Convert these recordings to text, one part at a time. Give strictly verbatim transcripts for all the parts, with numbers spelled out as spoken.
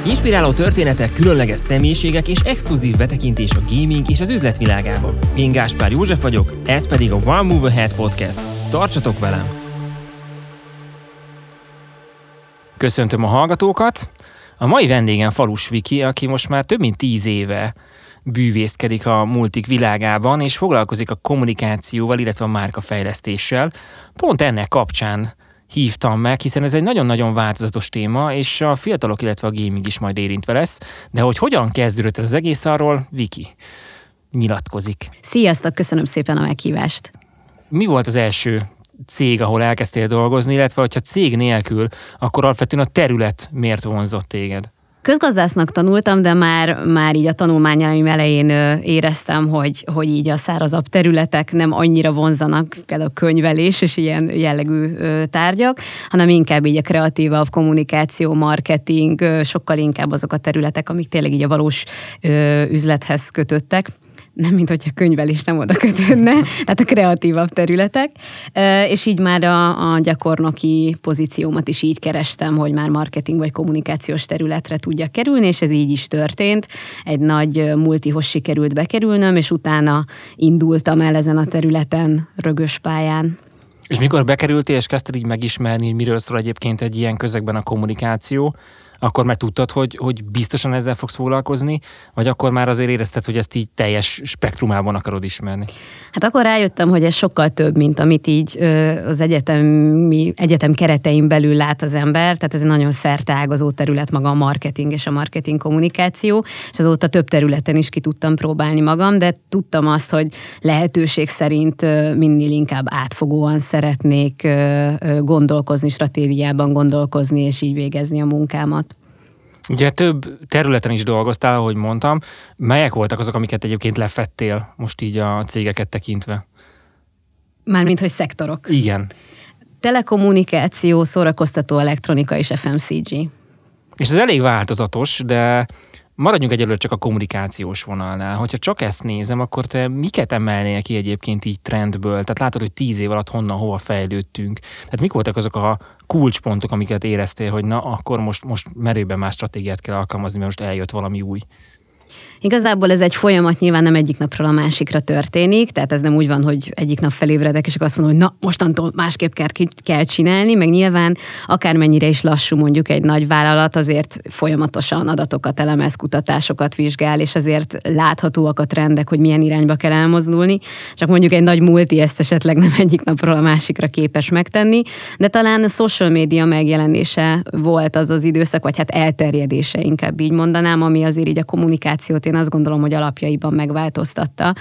Inspiráló történetek, különleges személyiségek és exkluzív betekintés a gaming és az üzletvilágába. Én Gáspár József vagyok, ez pedig a One Move Ahead Podcast. Tartsatok velem! Köszöntöm a hallgatókat! A mai vendégem Falus Viki, aki most már több mint tíz éve bűvészkedik a multik világában, és foglalkozik a kommunikációval, illetve a márkafejlesztéssel. Pont ennek kapcsán hívtam meg, hiszen ez egy nagyon-nagyon változatos téma, és a fiatalok, illetve a gaming is majd érintve lesz. De hogy hogyan kezdődött ez az egész, arról Viki nyilatkozik. Sziasztok, köszönöm szépen a meghívást. Mi volt az első cég, ahol elkezdtél dolgozni, illetve hogyha cég nélkül, akkor alapvetően a terület miért vonzott téged? Közgazdásznak tanultam, de már, már így a tanulmányaim elején éreztem, hogy, hogy így a szárazabb területek nem annyira vonzanak, például könyvelés és ilyen jellegű tárgyak, hanem inkább így a kreatívabb kommunikáció, marketing, sokkal inkább azok a területek, amik tényleg így a valós üzlethez kötöttek. Nem, mint hogyha könyvelés nem oda kötődne, tehát a kreatívabb területek, és így már a, a gyakornoki pozíciómat is így kerestem, hogy már marketing vagy kommunikációs területre tudjak kerülni, és ez így is történt. Egy nagy multihoz sikerült bekerülnöm, és utána indultam el ezen a területen rögös pályán. És mikor bekerültél, és kezdted így megismerni, miről szól egyébként egy ilyen közegben a kommunikáció, akkor már tudtad, hogy, hogy biztosan ezzel fogsz foglalkozni, vagy akkor már azért érezted, hogy ezt így teljes spektrumában akarod ismerni? Hát akkor rájöttem, hogy ez sokkal több, mint amit így az egyetemi, egyetem keretein belül lát az ember, tehát ez egy nagyon szerteágazó terület maga a marketing és a marketing kommunikáció, és azóta több területen is ki tudtam próbálni magam, de tudtam azt, hogy lehetőség szerint minél inkább átfogóan szeretnék gondolkozni, stratégiában gondolkozni, és így végezni a munkámat. Ugye több területen is dolgoztál, ahogy mondtam. Melyek voltak azok, amiket egyébként lefettél most így a cégeket tekintve? Mármint, hogy szektorok. Igen. Telekommunikáció, szórakoztató elektronika és ef em cé gé. És ez elég változatos, de maradjunk egyelőre csak a kommunikációs vonalnál. Hogyha csak ezt nézem, akkor te miket emelnél ki egyébként így trendből? Tehát látod, hogy tíz év alatt honnan, hova fejlődtünk. Tehát mik voltak azok a kulcspontok, amiket éreztél, hogy na, akkor most, most merőben más stratégiát kell alkalmazni, mert most eljött valami új? Igazából ez egy folyamat, nyilván nem egyik napról a másikra történik, tehát ez nem úgy van, hogy egyik nap felébredek, és akkor azt mondom, hogy na, mostantól másképp kell, kell csinálni, meg nyilván akármennyire is lassú mondjuk egy nagy vállalat, azért folyamatosan adatokat elemez, kutatásokat vizsgál, és azért láthatóak a trendek, hogy milyen irányba kell elmozdulni, csak mondjuk egy nagy multi ezt esetleg nem egyik napról a másikra képes megtenni, de talán a social media megjelenése volt az az időszak, vagy hát elterjedése, inkább így mondanám, ami azért így a kommunikációt én azt gondolom, hogy alapjaiban megváltoztatta,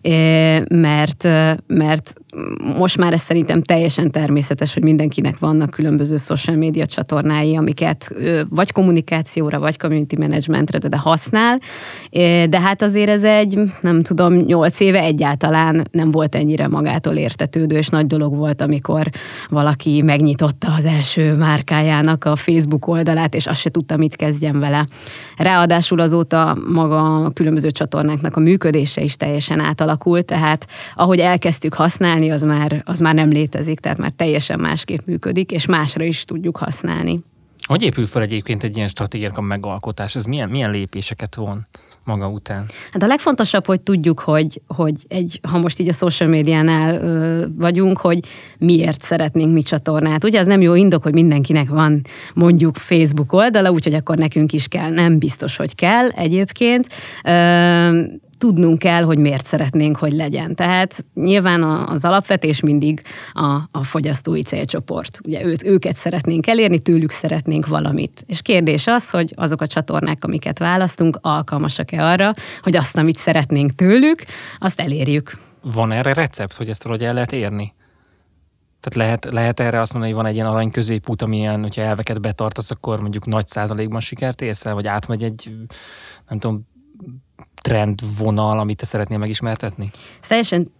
mert, mert most már ez szerintem teljesen természetes, hogy mindenkinek vannak különböző social media csatornái, amiket vagy kommunikációra, vagy community managementre, de használ, de hát azért ez egy, nem tudom, nyolc éve egyáltalán nem volt ennyire magától értetődő, és nagy dolog volt, amikor valaki megnyitotta az első márkájának a Facebook oldalát, és azt se tudta, mit kezdjen vele. Ráadásul azóta maga a különböző csatornáknak a működése is teljesen átalakult, tehát ahogy elkezdtük használni, az már, az már nem létezik, tehát már teljesen másképp működik, és másra is tudjuk használni. Hogy épül fel egyébként egy ilyen stratégiák a megalkotás? Ez milyen, milyen lépéseket von maga után? Hát a legfontosabb, hogy tudjuk, hogy, hogy egy, ha most így a social médiánál ö, vagyunk, hogy miért szeretnénk mi csatornát. Ugye az nem jó indok, hogy mindenkinek van mondjuk Facebook oldala, úgyhogy akkor nekünk is kell. Nem biztos, hogy kell egyébként. Ö, Tudnunk kell, hogy miért szeretnénk, hogy legyen. Tehát nyilván az alapvetés mindig a, a fogyasztói célcsoport. Ugye őt, őket szeretnénk elérni, tőlük szeretnénk valamit. És kérdés az, hogy azok a csatornák, amiket választunk, alkalmasak-e arra, hogy azt, amit szeretnénk tőlük, azt elérjük. Van erre recept, hogy ezt valahogy el lehet érni? Tehát lehet, lehet erre azt mondani, hogy van egy ilyen arany középút, amilyen, hogyha elveket betartasz, akkor mondjuk nagy százalékban sikert érsz el, vagy átmegy egy, nem tudom, trendvonal, amit te szeretnél megismertetni? Ez teljesen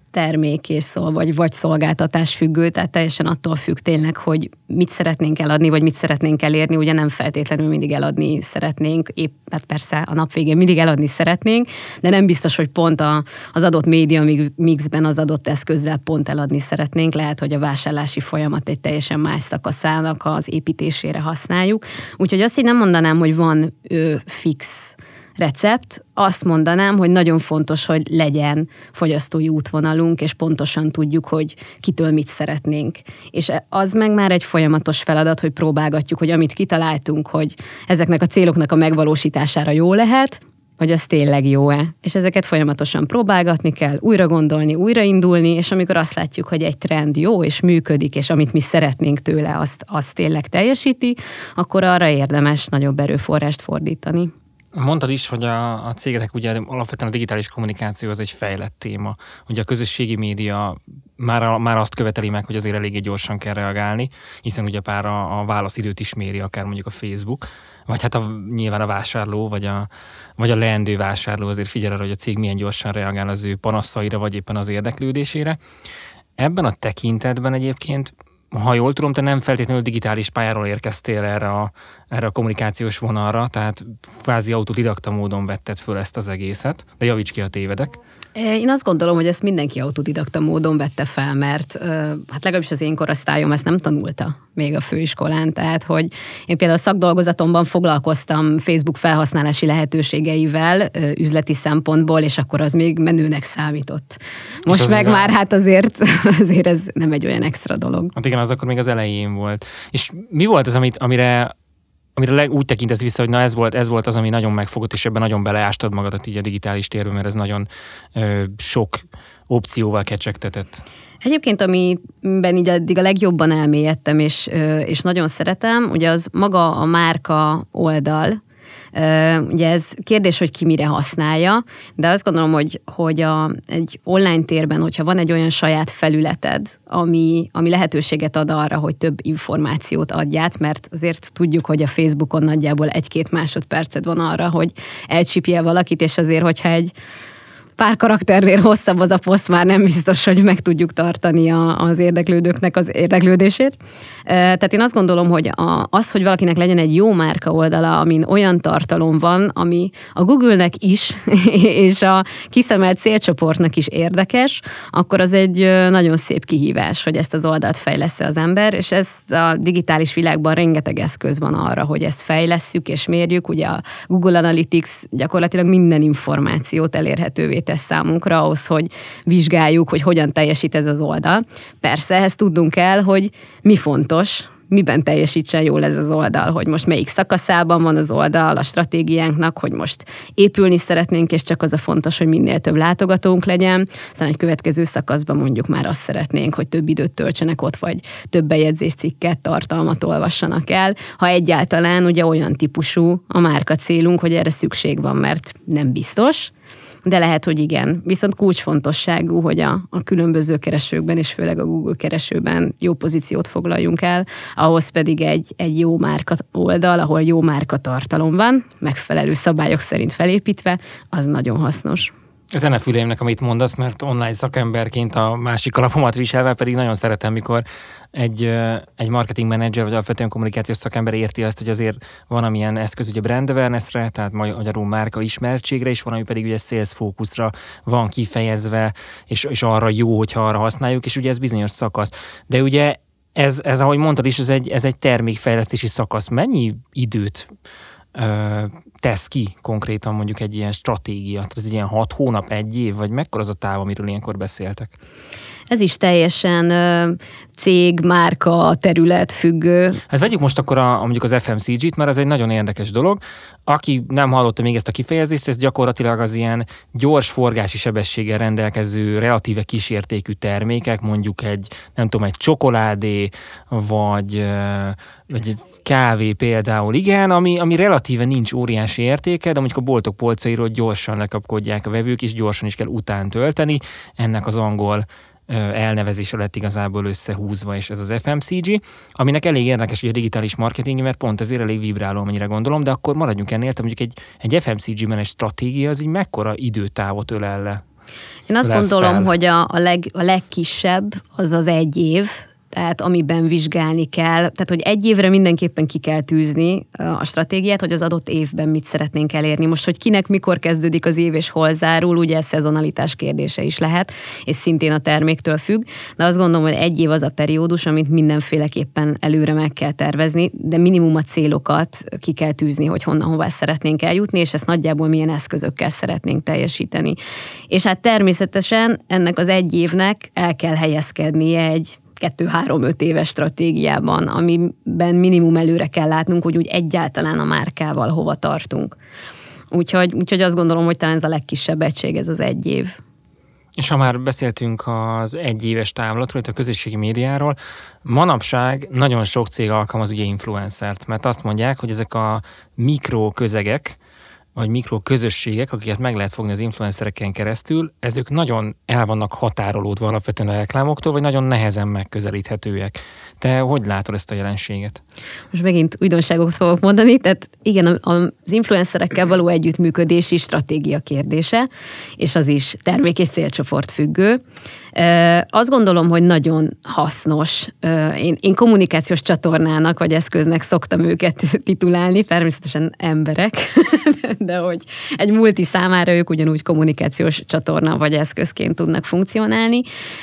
termék és szól, vagy, vagy szolgáltatás függő, tehát teljesen attól függ tényleg, hogy mit szeretnénk eladni, vagy mit szeretnénk elérni, ugye nem feltétlenül mindig eladni szeretnénk, épp, hát persze a nap végén mindig eladni szeretnénk, de nem biztos, hogy pont a, az adott média mixben az adott eszközzel pont eladni szeretnénk, lehet, hogy a vásárlási folyamat egy teljesen más szakaszának az építésére használjuk, úgyhogy azt így nem mondanám, hogy van ö, fix recept, azt mondanám, hogy nagyon fontos, hogy legyen fogyasztói útvonalunk, és pontosan tudjuk, hogy kitől mit szeretnénk. És az meg már egy folyamatos feladat, hogy próbálgatjuk, hogy amit kitaláltunk, hogy ezeknek a céloknak a megvalósítására jó lehet, hogy az tényleg jó-e. És ezeket folyamatosan próbálgatni kell, újra gondolni, újraindulni, és amikor azt látjuk, hogy egy trend jó és működik, és amit mi szeretnénk tőle, azt, azt tényleg teljesíti, akkor arra érdemes nagyobb erőforrást fordítani. Mondtad is, hogy a, a cégek ugye alapvetően a digitális kommunikáció az egy fejlett téma. Ugye a közösségi média már, a, már azt követeli meg, hogy azért eléggé gyorsan kell reagálni, hiszen ugye pár a, a válaszidőt is méri, akár mondjuk a Facebook, vagy hát a, nyilván a vásárló, vagy a, vagy a leendő vásárló azért figyel arra, hogy a cég milyen gyorsan reagál az ő panaszaira, vagy éppen az érdeklődésére. Ebben a tekintetben egyébként, ha jól tudom, te nem feltétlenül digitális pályáról érkeztél erre a, erre a kommunikációs vonalra, tehát kvázi autodidakta módon vetted föl ezt az egészet, de javíts ki, ha tévedek. Én azt gondolom, hogy ezt mindenki autodidakta módon vette fel, mert hát legalábbis az én korosztályom ezt nem tanulta még a főiskolán, tehát hogy én például a szakdolgozatomban foglalkoztam Facebook felhasználási lehetőségeivel üzleti szempontból, és akkor az még menőnek számított. Most meg már a... hát azért, azért ez nem egy olyan extra dolog. Hát igen, az akkor még az elején volt. És mi volt az, amit, amire amire leg, úgy tekintesz vissza, hogy na ez volt, ez volt az, ami nagyon megfogott, és ebben nagyon beleástad magadat így a digitális térben, mert ez nagyon ö, sok opcióval kecsegtetett. Egyébként, amiben így eddig a legjobban elmélyedtem, és, és nagyon szeretem, ugye az maga a márka oldal. Ugye ez kérdés, hogy ki mire használja, de azt gondolom, hogy, hogy a, egy online térben, hogyha van egy olyan saját felületed, ami, ami lehetőséget ad arra, hogy több információt adját, mert azért tudjuk, hogy a Facebookon nagyjából egy-két másodperced van arra, hogy elcsípjél valakit, és azért, hogyha egy pár karakternél hosszabb az a poszt, már nem biztos, hogy meg tudjuk tartani a, az érdeklődőknek az érdeklődését. Tehát én azt gondolom, hogy a, az, hogy valakinek legyen egy jó márka oldala, amin olyan tartalom van, ami a Google-nek is, és a kiszemelt célcsoportnak is érdekes, akkor az egy nagyon szép kihívás, hogy ezt az oldalt fejlesz az ember, és ez a digitális világban rengeteg eszköz van arra, hogy ezt fejlesszük és mérjük. Ugye a Google Analytics gyakorlatilag minden információt elérhetővé tesz számunkra ahhoz, hogy vizsgáljuk, hogy hogyan teljesít ez az oldal. Persze, ehhez tudnunk kell, hogy mi fontos, miben teljesítsen jól ez az oldal, hogy most melyik szakaszában van az oldal a stratégiánknak, hogy most épülni szeretnénk, és csak az a fontos, hogy minél több látogatónk legyen. Aztán egy következő szakaszban mondjuk már azt szeretnénk, hogy több időt töltsenek ott, vagy több bejegyzéscikket, tartalmat olvassanak el. Ha egyáltalán ugye olyan típusú a márka célunk, hogy erre szükség van, mert nem biztos, de lehet, hogy igen. Viszont kulcsfontosságú, hogy a, a különböző keresőkben, és főleg a Google keresőben jó pozíciót foglaljunk el, ahhoz pedig egy, egy jó márka oldal, ahol jó márka tartalom van, megfelelő szabályok szerint felépítve, az nagyon hasznos. Zene füleimnek, amit mondasz, mert online szakemberként a másik alapomat viselve pedig nagyon szeretem, mikor egy, egy marketing menedzser vagy alapvetően kommunikációs szakember érti azt, hogy azért van amilyen eszköz ugye brand awareness-re, tehát magyarul márka ismertségre, és van, ami pedig ugye sales fókuszra van kifejezve, és, és arra jó, hogyha arra használjuk, és ugye ez bizonyos szakasz. De ugye ez, ez ahogy mondtad is, ez egy, ez egy termékfejlesztési szakasz. Mennyi időt tesz ki konkrétan mondjuk egy ilyen stratégia? Tehát ez egy ilyen hat hónap, egy év, vagy mekkora az a táv, amiről ilyenkor beszéltek? Ez is teljesen ö, cég, márka, terület függő. Hát vegyük most akkor a, a mondjuk az ef em cé gét, mert ez egy nagyon érdekes dolog. Aki nem hallotta még ezt a kifejezést, ez gyakorlatilag az ilyen gyors forgási sebességgel rendelkező, relatíve kisértékű termékek, mondjuk egy, nem tudom, egy csokoládé, vagy, vagy egy kávé például, igen, ami, ami relatíve nincs óriási értéke, de mondjuk a boltok polcairól gyorsan lekapkodják a vevők, és gyorsan is kell után tölteni. Ennek az angol elnevezése lett igazából összehúzva, és ez az ef em cé gé, aminek elég érdekes, hogy a digitális marketing, mert pont ezért elég vibráló, amennyire gondolom, de akkor maradjunk ennél, tehát mondjuk egy, egy ef em cé gében egy stratégia, az így mekkora időtávot ölel le? Én azt lef gondolom, fel. hogy a, a, leg, a legkisebb az az egy év, tehát amiben vizsgálni kell, tehát hogy egy évre mindenképpen ki kell tűzni a stratégiát, hogy az adott évben mit szeretnénk elérni. Most, hogy kinek mikor kezdődik az év és hol zárul, ugye ez szezonalitás kérdése is lehet, és szintén a terméktől függ, de azt gondolom, hogy egy év az a periódus, amit mindenféleképpen előre meg kell tervezni, de minimum a célokat ki kell tűzni, hogy honnan, hová szeretnénk eljutni, és ezt nagyjából milyen eszközökkel szeretnénk teljesíteni. És hát természetesen ennek az egy évnek el kell helyezkednie egy kettő-három-öt éves stratégiában, amiben minimum előre kell látnunk, hogy úgy egyáltalán a márkával hova tartunk. Úgyhogy, úgyhogy azt gondolom, hogy talán ez a legkisebb egység, ez az egy év. És ha már beszéltünk az egyéves távlatról, itt a közösségi médiáról, manapság nagyon sok cég alkalmaz ugye influencert, mert azt mondják, hogy ezek a mikroközegek, vagy mikroközösségek, akiket meg lehet fogni az influencereken keresztül, ezek nagyon el vannak határolódva alapvetően a reklámoktól, vagy nagyon nehezen megközelíthetőek. Te hogy látod ezt a jelenséget? Most megint újdonságokat fogok mondani, tehát igen, az influencerekkel való együttműködési stratégia kérdése, és az is termék és célcsoport függő. Azt gondolom, hogy nagyon hasznos. Én, én kommunikációs csatornának vagy eszköznek szoktam őket titulálni, természetesen emberek, de hogy egy multi számára ők ugyanúgy kommunikációs csatorna vagy eszközként tudnak funkcionálni,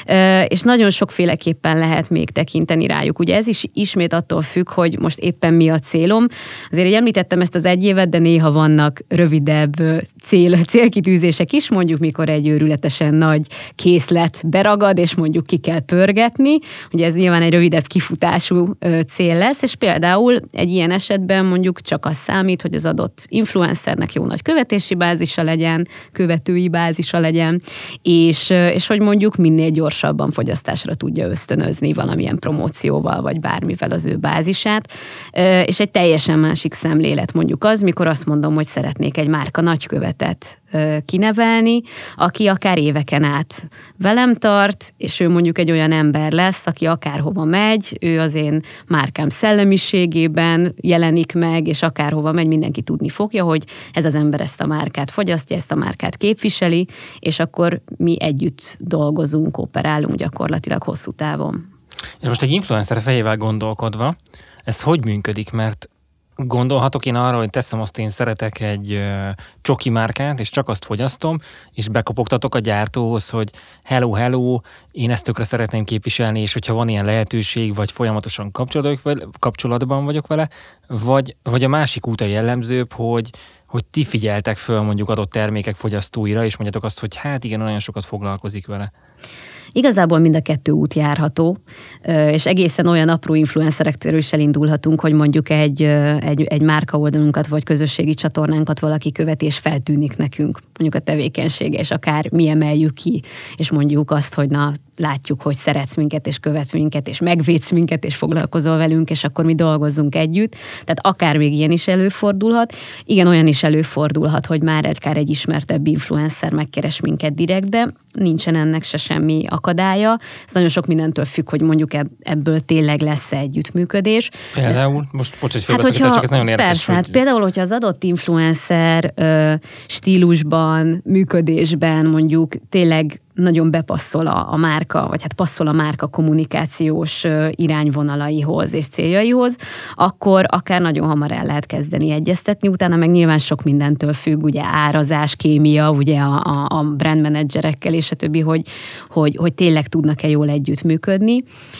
és nagyon sokféleképpen lehet még tekinteni rájuk. Ugye ez is ismét attól függ, hogy most éppen mi a célom. Azért így említettem ezt az egy évet, de néha vannak rövidebb cél, célkitűzések is, mondjuk mikor egy őrületesen nagy készlet beragad, és mondjuk ki kell pörgetni, ugye ez nyilván egy rövidebb kifutású cél lesz, és például egy ilyen esetben mondjuk csak az számít, hogy az adott influencernek jó nagy követési bázisa legyen, követői bázisa legyen, és, és hogy mondjuk minél gyorsabban fogyasztásra tudja ösztönözni valamilyen promócióval, vagy bármivel az ő bázisát, és egy teljesen másik szemlélet mondjuk az, mikor azt mondom, hogy szeretnék egy márka nagykövetet kinevelni, aki akár éveken át velem tart, és ő mondjuk egy olyan ember lesz, aki akárhova megy, ő az én márkám szellemiségében jelenik meg, és akárhova megy, mindenki tudni fogja, hogy ez az ember ezt a márkát fogyasztja, ezt a márkát képviseli, és akkor mi együtt dolgozunk, operálunk gyakorlatilag hosszú távon. És most egy influencer fejével gondolkodva, ez hogy működik? Mert gondolhatok én arra, hogy teszem azt, én szeretek egy uh, csoki márkát, és csak azt fogyasztom, és bekopogtatok a gyártóhoz, hogy hello, hello, én ezt tökre szeretném képviselni, és hogyha van ilyen lehetőség, vagy folyamatosan kapcsolatban vagyok vele, vagy, vagy a másik út a jellemzőbb, hogy, hogy ti figyeltek föl mondjuk adott termékek fogyasztóira, és mondjátok azt, hogy hát igen, nagyon sokat foglalkozik vele. Igazából mind a kettő út járható, és egészen olyan apró influencerektől is elindulhatunk, hogy mondjuk egy, egy, egy márka oldalunkat vagy közösségi csatornánkat valaki követi, és feltűnik nekünk mondjuk a tevékenysége, és akár mi emeljük ki, és mondjuk azt, hogy na, látjuk, hogy szeretsz minket, és követsz minket, és megvédsz minket, és foglalkozol velünk, és akkor mi dolgozzunk együtt. Tehát akár még ilyen is előfordulhat. Igen, olyan is előfordulhat, hogy már akár egy ismertebb influencer megkeres minket direktbe, nincsen ennek se semmi akadálya. Ez nagyon sok mindentől függ, hogy mondjuk ebből tényleg lesz együttműködés. Például, most bocs, hogy hát, hogyha, csak ez nagyon érdekes. Persze, hogy... hát például, hogyha az adott influencer ö, stílusban, működésben mondjuk tényleg nagyon bepasszol a, a márka, vagy hát passzol a márka kommunikációs irányvonalaihoz és céljaihoz, akkor akár nagyon hamar el lehet kezdeni egyeztetni, utána meg nyilván sok mindentől függ, ugye árazás, kémia, ugye a, a, a brand menedzserekkel és a többi, hogy, hogy, hogy tényleg tudnak-e jól együttműködni.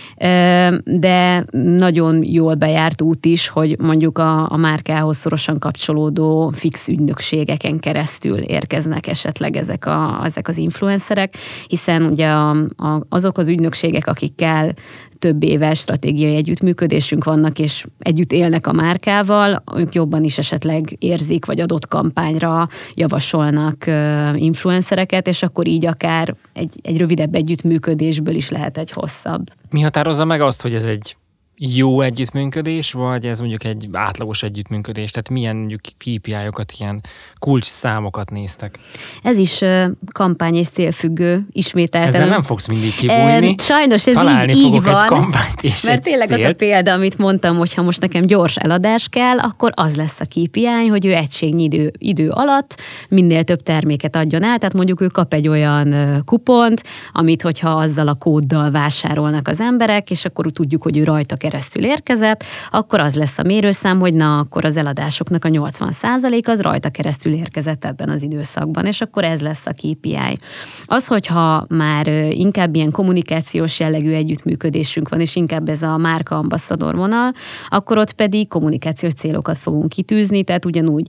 De nagyon jól bejárt út is, hogy mondjuk a, a márkához szorosan kapcsolódó fix ügynökségeken keresztül érkeznek esetleg ezek, a, ezek az influencerek, hiszen ugye a, a, azok az ügynökségek, akikkel több éves stratégiai együttműködésünk vannak, és együtt élnek a márkával, ők jobban is esetleg érzik, vagy adott kampányra javasolnak uh, influencereket, és akkor így akár egy, egy rövidebb együttműködésből is lehet egy hosszabb. Mi határozza meg azt, hogy ez egy jó együttműködés, vagy ez mondjuk egy átlagos együttműködés? Tehát milyen mondjuk ká pé í-okat, ilyen kulcs számokat néztek? Ez is uh, kampány és célfüggő, ismételten. Ezzel nem fogsz mindig kibújni. E, sajnos ez Találni így, így van, egy kampányt és mert egy tényleg célt. az a példa, amit mondtam, hogy ha most nekem gyors eladás kell, akkor az lesz a ká pé í, hogy ő egységnyi idő, idő alatt minél több terméket adjon el, tehát mondjuk ő kap egy olyan uh, kupont, amit hogyha azzal a kóddal vásárolnak az emberek, és akkor tudjuk, hogy ő rajta keresztül érkezett, akkor az lesz a mérőszám, hogy na, akkor az eladásoknak a nyolcvan százalék az rajta keresztül érkezett ebben az időszakban, és akkor ez lesz a ká pé í. Az, hogyha már inkább ilyen kommunikációs jellegű együttműködésünk van, és inkább ez a márka ambasszador vonal, akkor ott pedig kommunikációs célokat fogunk kitűzni, tehát ugyanúgy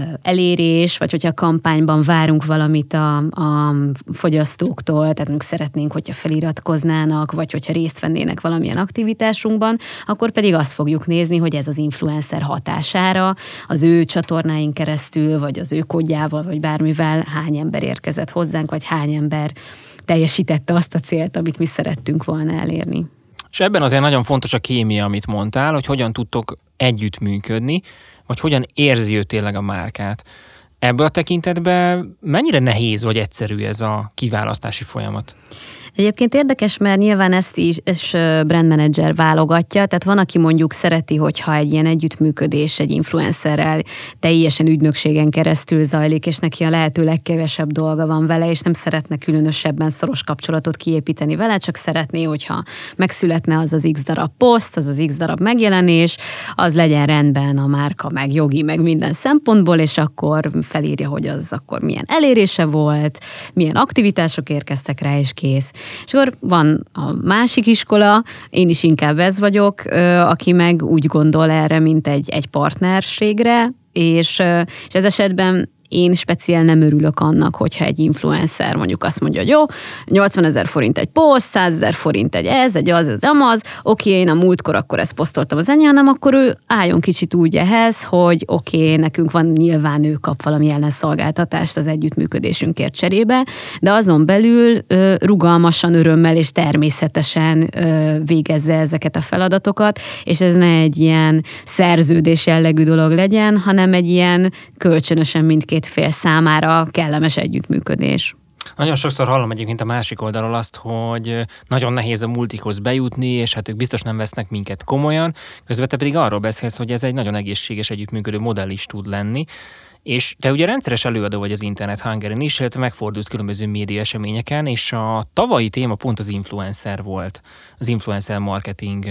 elérés, vagy hogyha a kampányban várunk valamit a, a fogyasztóktól, tehát mondjuk szeretnénk, hogyha feliratkoznának, vagy hogyha részt vennének valamilyen aktivitásunkban, akkor pedig azt fogjuk nézni, hogy ez az influencer hatására az ő csatornáink keresztül, vagy az ő kódjával, vagy bármivel hány ember érkezett hozzánk, vagy hány ember teljesítette azt a célt, amit mi szerettünk volna elérni. És ebben azért nagyon fontos a kémia, amit mondtál, hogy hogyan tudtok együttműködni, vagy hogyan érzi ő tényleg a márkát. Ebből a tekintetben mennyire nehéz vagy egyszerű ez a kiválasztási folyamat? Egyébként érdekes, mert nyilván ezt is, is brand manager válogatja, tehát van, aki mondjuk szereti, hogyha egy ilyen együttműködés egy influencerrel teljesen ügynökségen keresztül zajlik, és neki a lehető legkevesebb dolga van vele, és nem szeretne különösebben szoros kapcsolatot kiépíteni vele, csak szeretné, hogyha megszületne az az x darab poszt, az az x darab megjelenés, az legyen rendben a márka, meg jogi, meg minden szempontból, és akkor felírja, hogy az akkor milyen elérése volt, milyen aktivitások érkeztek rá, és kész. És akkor van a másik iskola, én is inkább ez vagyok, aki meg úgy gondol erre, mint egy, egy partnerségre, és, és ez esetben én speciál nem örülök annak, hogyha egy influencer mondjuk azt mondja, hogy jó, nyolcvanezer forint egy poszt, százezer forint egy ez, egy az, ez, amaz, oké, én a múltkor akkor ezt posztoltam az enyém, hanem akkor ő álljon kicsit úgy ehhez, hogy oké, nekünk van, nyilván ő kap valami ellenszolgáltatást az együttműködésünkért cserébe, de azon belül ö, rugalmasan, örömmel és természetesen ö, végezze ezeket a feladatokat, és ez ne egy ilyen szerződés jellegű dolog legyen, hanem egy ilyen kölcsönösen mindkét fél számára kellemes együttműködés. Nagyon sokszor hallom egyébként a másik oldalról azt, hogy nagyon nehéz a multikhoz bejutni, és hát ők biztos nem vesznek minket komolyan, közben te pedig arról beszélsz, hogy ez egy nagyon egészséges együttműködő modell is tud lenni, és te ugye rendszeres előadó vagy az Internet Hungarin is, illetve megfordulsz különböző média eseményeken, és a tavalyi téma pont az influencer volt, az influencer marketing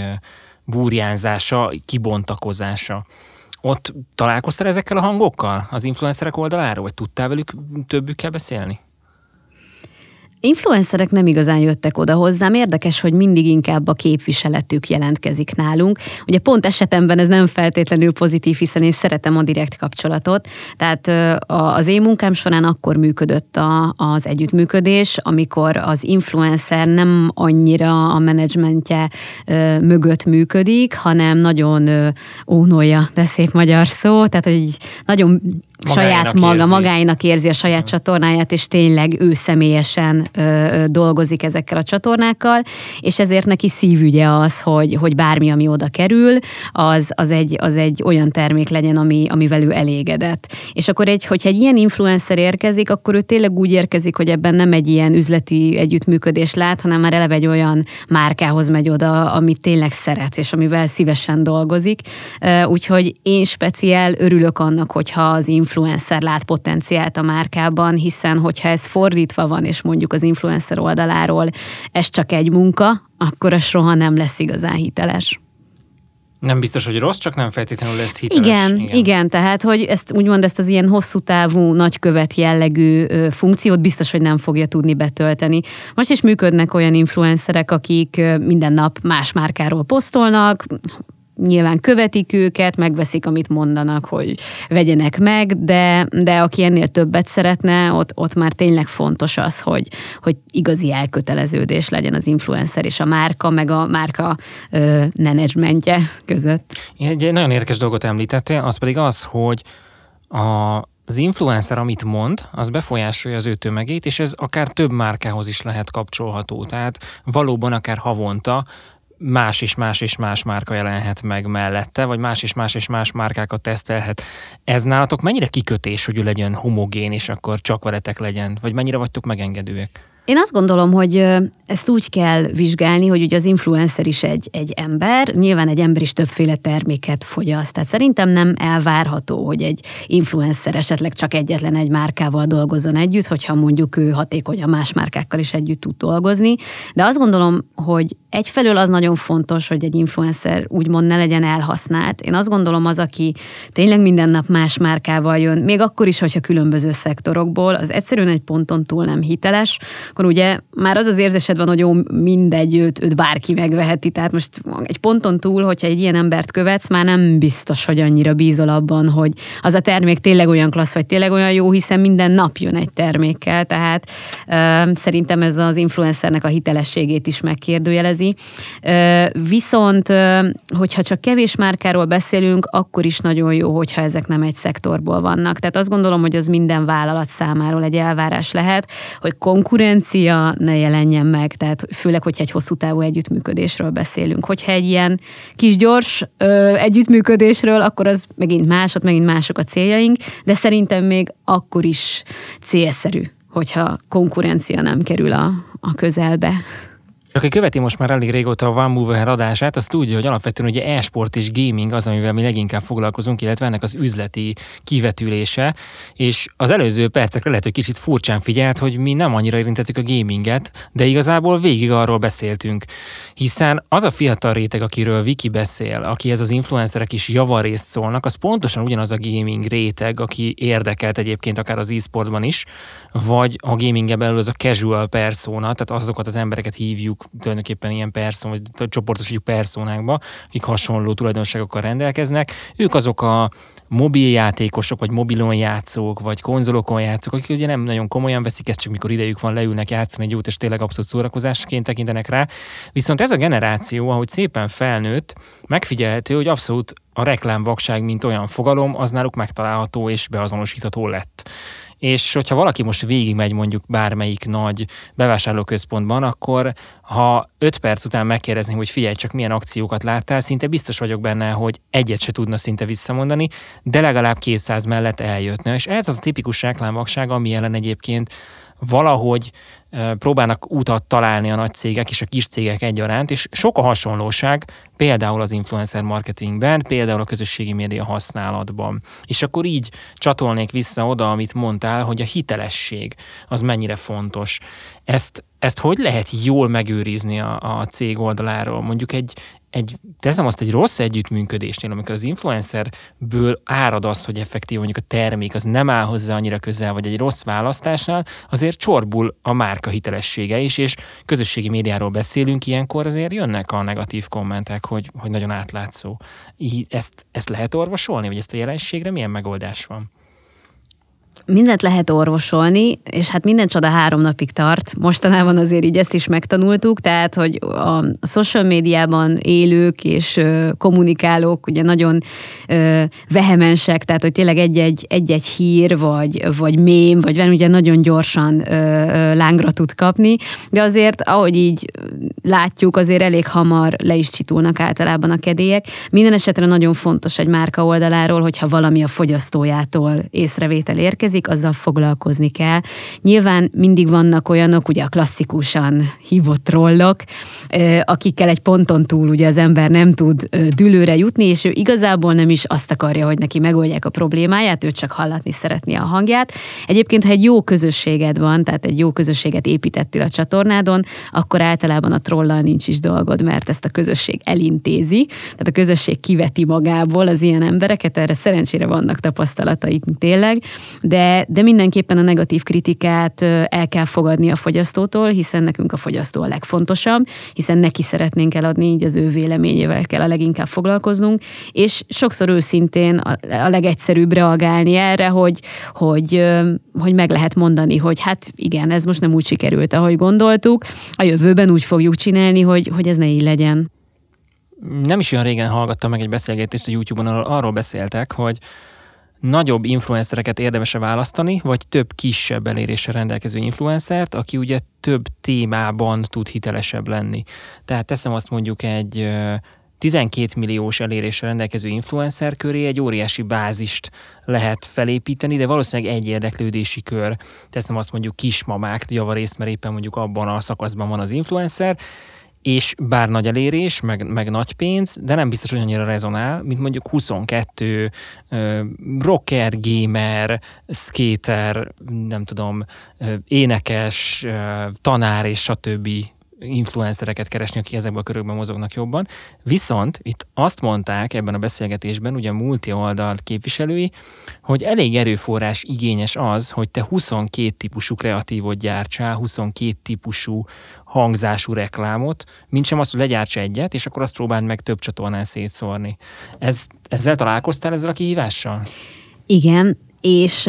burjánzása, kibontakozása. Ott találkoztál ezekkel a hangokkal az influencerek oldaláról, vagy tudtál velük többükkel beszélni? Influencerek nem igazán jöttek oda hozzám, érdekes, hogy mindig inkább a képviseletük jelentkezik nálunk. Ugye pont esetemben ez nem feltétlenül pozitív, hiszen én szeretem a direkt kapcsolatot, tehát az én munkám során akkor működött a, az együttműködés, amikor az influencer nem annyira a menedzsmentje mögött működik, hanem nagyon ónolja, de szép magyar szó, tehát hogy nagyon saját maga, érzi. magáinak érzi a saját csatornáját, és tényleg ő személyesen ö, dolgozik ezekkel a csatornákkal, és ezért neki szívügye az, hogy, hogy bármi, ami oda kerül, az, az, egy, az egy olyan termék legyen, ami, amivel ő elégedett. És akkor, egy, hogyha egy ilyen influencer érkezik, akkor ő tényleg úgy érkezik, hogy ebben nem egy ilyen üzleti együttműködés lát, hanem már eleve egy olyan márkához megy oda, amit tényleg szeret, és amivel szívesen dolgozik. Úgyhogy én speciál örülök annak, hogyha az influencer lát potenciált a márkában, hiszen hogyha ez fordítva van, és mondjuk az influencer oldaláról ez csak egy munka, akkor az soha nem lesz igazán hiteles. Nem biztos, hogy rossz, csak nem feltétlenül lesz hiteles. Igen, igen, igen, tehát, hogy ezt úgymond ezt az ilyen hosszú távú, nagykövet jellegű ö, funkciót biztos, hogy nem fogja tudni betölteni. Most is működnek olyan influencerek, akik ö, minden nap más márkáról posztolnak, nyilván követik őket, megveszik, amit mondanak, hogy vegyenek meg, de, de aki ennél többet szeretne, ott, ott már tényleg fontos az, hogy, hogy igazi elköteleződés legyen az influencer és a márka, meg a márka ö, menedzsmentje között. Egy nagyon érdekes dolgot említettél, az pedig az, hogy a az influencer, amit mond, az befolyásolja az ő tömegét, és ez akár több márkához is lehet kapcsolható. Tehát valóban akár havonta más és más és más márka jelenhet meg mellette, vagy más és más és más márkákat tesztelhet. Ez nálatok mennyire kikötés, hogy ő legyen homogén, és akkor csak veletek legyen? Vagy mennyire vagytok megengedőek? Én azt gondolom, hogy ezt úgy kell vizsgálni, hogy ugye az influencer is egy, egy ember, nyilván egy ember is többféle terméket fogyaszt. Tehát szerintem nem elvárható, hogy egy influencer esetleg csak egyetlen egy márkával dolgozzon együtt, hogyha mondjuk ő hatékonyan más márkákkal is együtt tud dolgozni. De azt gondolom, hogy egyfelől az nagyon fontos, hogy egy influencer úgymond ne legyen elhasznált. Én azt gondolom, az, aki tényleg minden nap más márkával jön, még akkor is, hogyha különböző szektorokból, az egyszerűen egy ponton túl nem hiteles, akkor ugye már az az érzésed van, hogy jó, mindegy, őt, őt bárki megveheti. Tehát most egy ponton túl, hogyha egy ilyen embert követsz, már nem biztos, hogy annyira bízol abban, hogy az a termék tényleg olyan klassz, vagy tényleg olyan jó, hiszen minden nap jön egy termékkel, tehát euh, szerintem ez az influencernek a hitelességét is megkérdőjelezi. Euh, viszont, euh, hogyha csak kevés márkáról beszélünk, akkor is nagyon jó, hogyha ezek nem egy szektorból vannak. Tehát azt gondolom, hogy az minden vállalat számáról egy elvárás lehet, hogy konkurencia ne jelenjen meg, tehát főleg, hogyha egy hosszú távú együttműködésről beszélünk. Hogyha egy ilyen kis gyors ö, együttműködésről, akkor az megint más, ott megint mások a céljaink, de szerintem még akkor is célszerű, hogyha konkurencia nem kerül a, a közelbe. Aki követi most már elég régóta a One Mover adását, az tudja, hogy alapvetően ugye e-sport és gaming az, amivel mi leginkább foglalkozunk, illetve ennek az üzleti kivetülése, és az előző percekre lehet, hogy kicsit furcsán figyelt, hogy mi nem annyira érintettük a gaminget, de igazából végig arról beszéltünk. Hiszen az a fiatal réteg, akiről Viki beszél, aki ez az influencerek is javarészt szólnak, az pontosan ugyanaz a gaming réteg, aki érdekelt egyébként akár az e-sportban is, vagy a gamingen belül az a casual persona, tehát azokat az embereket hívjuk tulajdonképpen ilyen person, vagy csoportosítjuk personákba, akik hasonló tulajdonságokkal rendelkeznek. Ők azok a mobiljátékosok, vagy mobilon játszók, vagy konzolokon játszók, akik ugye nem nagyon komolyan veszik ezt, csak mikor idejük van, leülnek játszani egy jót, és tényleg abszolút szórakozásként tekintenek rá. Viszont ez a generáció, ahogy szépen felnőtt, megfigyelhető, hogy abszolút a reklámvakság, mint olyan fogalom, az náluk megtalálható és beazonosítható lett. És hogyha valaki most végigmegy mondjuk bármelyik nagy bevásárlóközpontban, akkor ha öt perc után megkérdezni, hogy figyelj, csak milyen akciókat láttál, szinte biztos vagyok benne, hogy egyet se tudna szinte visszamondani, de legalább kétszáz mellett eljöttne. És ez az a tipikus reklámvakság, ami ellen egyébként valahogy próbálnak utat találni a nagy cégek és a kis cégek egyaránt, és sok a hasonlóság, például az influencer marketingben, például a közösségi média használatban. És akkor így csatolnék vissza oda, amit mondtál, hogy a hitelesség az mennyire fontos. Ezt, ezt hogy lehet jól megőrizni a, a cég oldaláról? Mondjuk egy, egy, teszem azt, egy rossz együttműködésnél, amikor az influencerből árad az, hogy effektív mondjuk a termék az nem áll hozzá annyira közel, vagy egy rossz választásnál, azért csorbul a márka hitelessége is, és közösségi médiáról beszélünk, ilyenkor azért jönnek a negatív kommentek, hogy, hogy nagyon átlátszó. Így ezt, ezt lehet orvosolni, vagy ezt a jelenségre milyen megoldás van? Mindent lehet orvosolni, és hát minden csoda három napig tart. Mostanában azért így ezt is megtanultuk, tehát, hogy a social médiában élők és kommunikálók ugye nagyon vehemensek, tehát, hogy tényleg egy-egy, egy-egy hír, vagy, vagy mém, vagy valami ugye nagyon gyorsan lángra tud kapni, de azért, ahogy így látjuk, azért elég hamar le is csitulnak általában a kedélyek. Minden esetre nagyon fontos egy márka oldaláról, hogyha valami a fogyasztójától észrevétel érkezik, azzal foglalkozni kell. Nyilván mindig vannak olyanok, ugye a klasszikusan hívott trollok, akikkel egy ponton túl ugye az ember nem tud dűlőre jutni, és ő igazából nem is azt akarja, hogy neki megoldják a problémáját, ő csak hallatni szeretné a hangját. Egyébként, ha egy jó közösséged van, tehát egy jó közösséget építettél a csatornádon, akkor általában a trollal nincs is dolgod, mert ezt a közösség elintézi, tehát a közösség kiveti magából az ilyen embereket, erre szerencsére vannak tapasztalataink tényleg, de, de mindenképpen a negatív kritikát el kell fogadni a fogyasztótól, hiszen nekünk a fogyasztó a legfontosabb, hiszen neki szeretnénk eladni, így az ő véleményével kell a leginkább foglalkoznunk, és sokszor őszintén a, a legegyszerűbb reagálni erre, hogy, hogy, hogy meg lehet mondani, hogy hát igen, ez most nem úgy sikerült, ahogy gondoltuk, a jövőben úgy fogjuk csinálni, hogy, hogy ez ne így legyen. Nem is olyan régen hallgattam meg egy beszélgetést a YouTube-on, arról beszéltek, hogy nagyobb influencereket érdemes választani, vagy több kisebb eléréssel rendelkező influencert, aki ugye több témában tud hitelesebb lenni. Tehát teszem azt mondjuk egy tizenkét milliós eléréssel rendelkező influencer köré egy óriási bázist lehet felépíteni, de valószínűleg egy érdeklődési kör. Teszem azt mondjuk kismamák, javarészt, mert éppen mondjuk abban a szakaszban van az influencer, és bár nagy elérés, meg, meg nagy pénz, de nem biztos, hogy annyira rezonál, mint mondjuk huszonkettő uh, rocker, gamer, skater, nem tudom, uh, énekes, uh, tanár és stb. Influencereket keresni, akik ezekben a körökben mozognak jobban. Viszont itt azt mondták ebben a beszélgetésben, ugye a multi oldal képviselői, hogy elég erőforrás igényes az, hogy te huszonkét típusú kreatívot gyártsál, huszonkét típusú hangzású reklámot, mint sem azt, hogy legyárts egyet, és akkor azt próbáld meg több csatornán szétszórni. Ez, ezzel találkoztál ezzel a kihívással? Igen, és...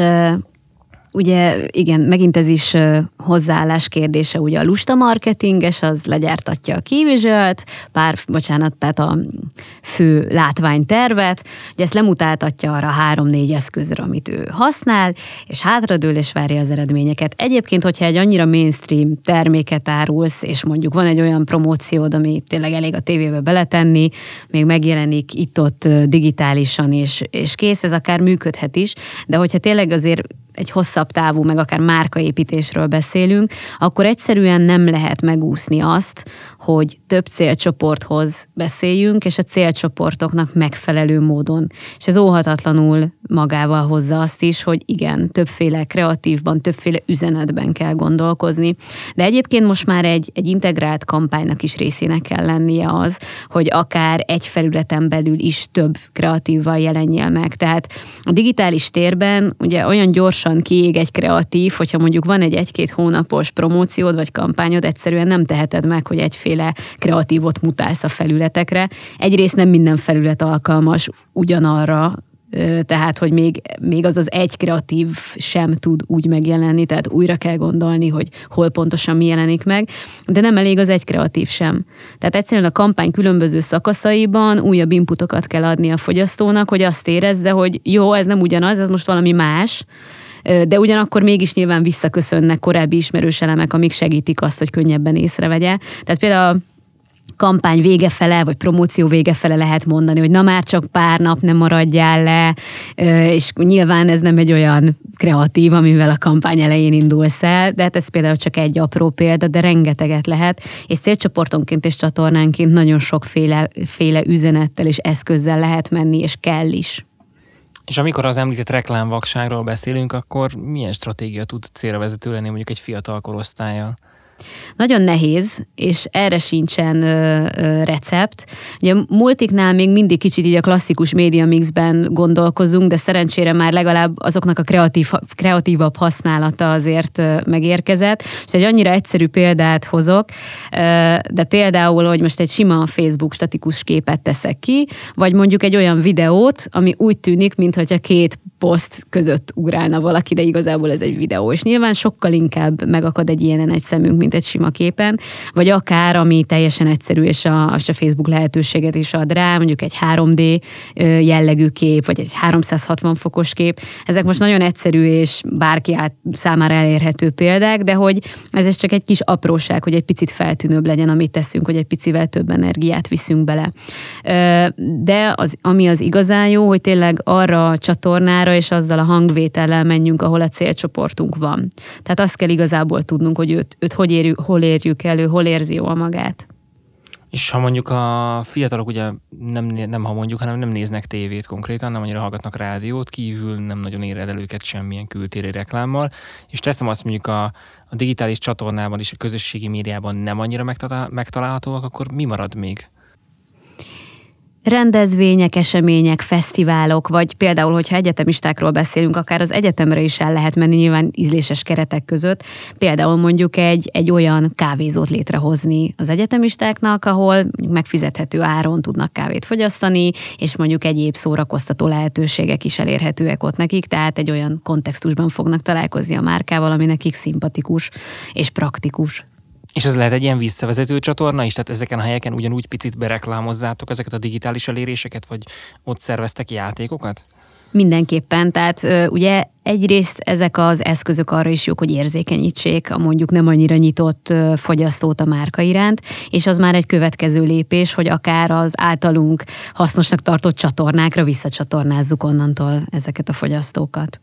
Ugye igen, megint ez is hozzáállás kérdése, ugye a lusta marketinges, az legyártatja a key visualt, pár, bocsánat, tehát a fő látványtervet, ugye ezt lemutáltatja arra három-négy eszközre, amit ő használ, és hátradől és várja az eredményeket. Egyébként, hogyha egy annyira mainstream terméket árulsz, és mondjuk van egy olyan promóciód, ami tényleg elég a tévébe beletenni, még megjelenik itt-ott digitálisan, és, és kész, ez akár működhet is, de hogyha tényleg azért egy hosszabb távú, meg akár márkaépítésről beszélünk, akkor egyszerűen nem lehet megúszni azt, hogy több célcsoporthoz beszéljünk, és a célcsoportoknak megfelelő módon. És ez óhatatlanul magával hozza azt is, hogy igen, többféle kreatívban, többféle üzenetben kell gondolkozni. De egyébként most már egy, egy integrált kampánynak is részének kell lennie az, hogy akár egy felületen belül is több kreatívval jelenjél meg. Tehát a digitális térben ugye olyan gyorsan kiég egy kreatív, hogyha mondjuk van egy egy-két hónapos promóciód vagy kampányod, egyszerűen nem teheted meg, hogy egyféle kreatívot mutálsz a felületekre. Egyrészt nem minden felület alkalmas ugyanarra, tehát, hogy még, még az az egy kreatív sem tud úgy megjelenni, tehát újra kell gondolni, hogy hol pontosan mi jelenik meg, de nem elég az egy kreatív sem. Tehát egyszerűen a kampány különböző szakaszaiban újabb inputokat kell adni a fogyasztónak, hogy azt érezze, hogy jó, ez nem ugyanaz, ez most valami más, de ugyanakkor mégis nyilván visszaköszönnek korábbi ismerős elemek, amik segítik azt, hogy könnyebben észrevegye. Tehát például kampány vége fele, vagy promóció vége fele lehet mondani, hogy na már csak pár nap, nem maradjál le, és nyilván ez nem egy olyan kreatív, amivel a kampány elején indulsz el, de hát ez például csak egy apró példa, de rengeteget lehet, és célcsoportonként és csatornánként nagyon sokféle féle üzenettel és eszközzel lehet menni, és kell is. És amikor az említett reklámvakságról beszélünk, akkor milyen stratégia tud célra vezető lenni mondjuk egy fiatal korosztállyal? Nagyon nehéz, és erre sincsen ö, ö, recept. Ugye a multiknál még mindig kicsit így a klasszikus média mixben gondolkozunk, de szerencsére már legalább azoknak a kreatív, kreatívabb használata azért ö, megérkezett. És egy annyira egyszerű példát hozok, ö, de például, hogy most egy sima Facebook statikus képet teszek ki, vagy mondjuk egy olyan videót, ami úgy tűnik, mintha két poszt között ugrálna valaki, de igazából ez egy videó. És nyilván sokkal inkább megakad egy ilyenen egy szemünk, mint egy sima képen, vagy akár, ami teljesen egyszerű, és a, a Facebook lehetőséget is ad rá, mondjuk egy három dé jellegű kép, vagy egy háromszázhatvan fokos kép. Ezek most nagyon egyszerű, és bárki át számára elérhető példák, de hogy ez csak egy kis apróság, hogy egy picit feltűnőbb legyen, amit teszünk, hogy egy picivel több energiát viszünk bele. De az, ami az igazán jó, hogy tényleg arra a csatornára és azzal a hangvétellel menjünk, ahol a célcsoportunk van. Tehát azt kell igazából tudnunk, hogy őt, őt hogy érjük, hol érjük elő, hol érzi jól magát. És ha mondjuk a fiatalok ugye nem, nem ha mondjuk, hanem nem néznek tévét konkrétan, nem annyira hallgatnak rádiót, kívül nem nagyon éred el őket semmilyen kültéri reklámmal, és teszem azt mondjuk a, a digitális csatornában és a közösségi médiában nem annyira megtalálhatóak, akkor mi marad még? Rendezvények, események, fesztiválok, vagy például, hogyha egyetemistákról beszélünk, akár az egyetemre is el lehet menni nyilván ízléses keretek között. Például mondjuk egy, egy olyan kávézót létrehozni az egyetemistáknak, ahol megfizethető áron tudnak kávét fogyasztani, és mondjuk egyéb szórakoztató lehetőségek is elérhetőek ott nekik, tehát egy olyan kontextusban fognak találkozni a márkával, ami nekik szimpatikus és praktikus. És ez lehet egy ilyen visszavezető csatorna is? Tehát ezeken a helyeken ugyanúgy picit bereklámozzátok ezeket a digitális eléréseket, vagy ott szerveztek játékokat? Mindenképpen, tehát ugye egyrészt ezek az eszközök arra is jók, hogy érzékenyítsék a mondjuk nem annyira nyitott fogyasztót a márka iránt, és az már egy következő lépés, hogy akár az általunk hasznosnak tartott csatornákra visszacsatornázzuk onnantól ezeket a fogyasztókat.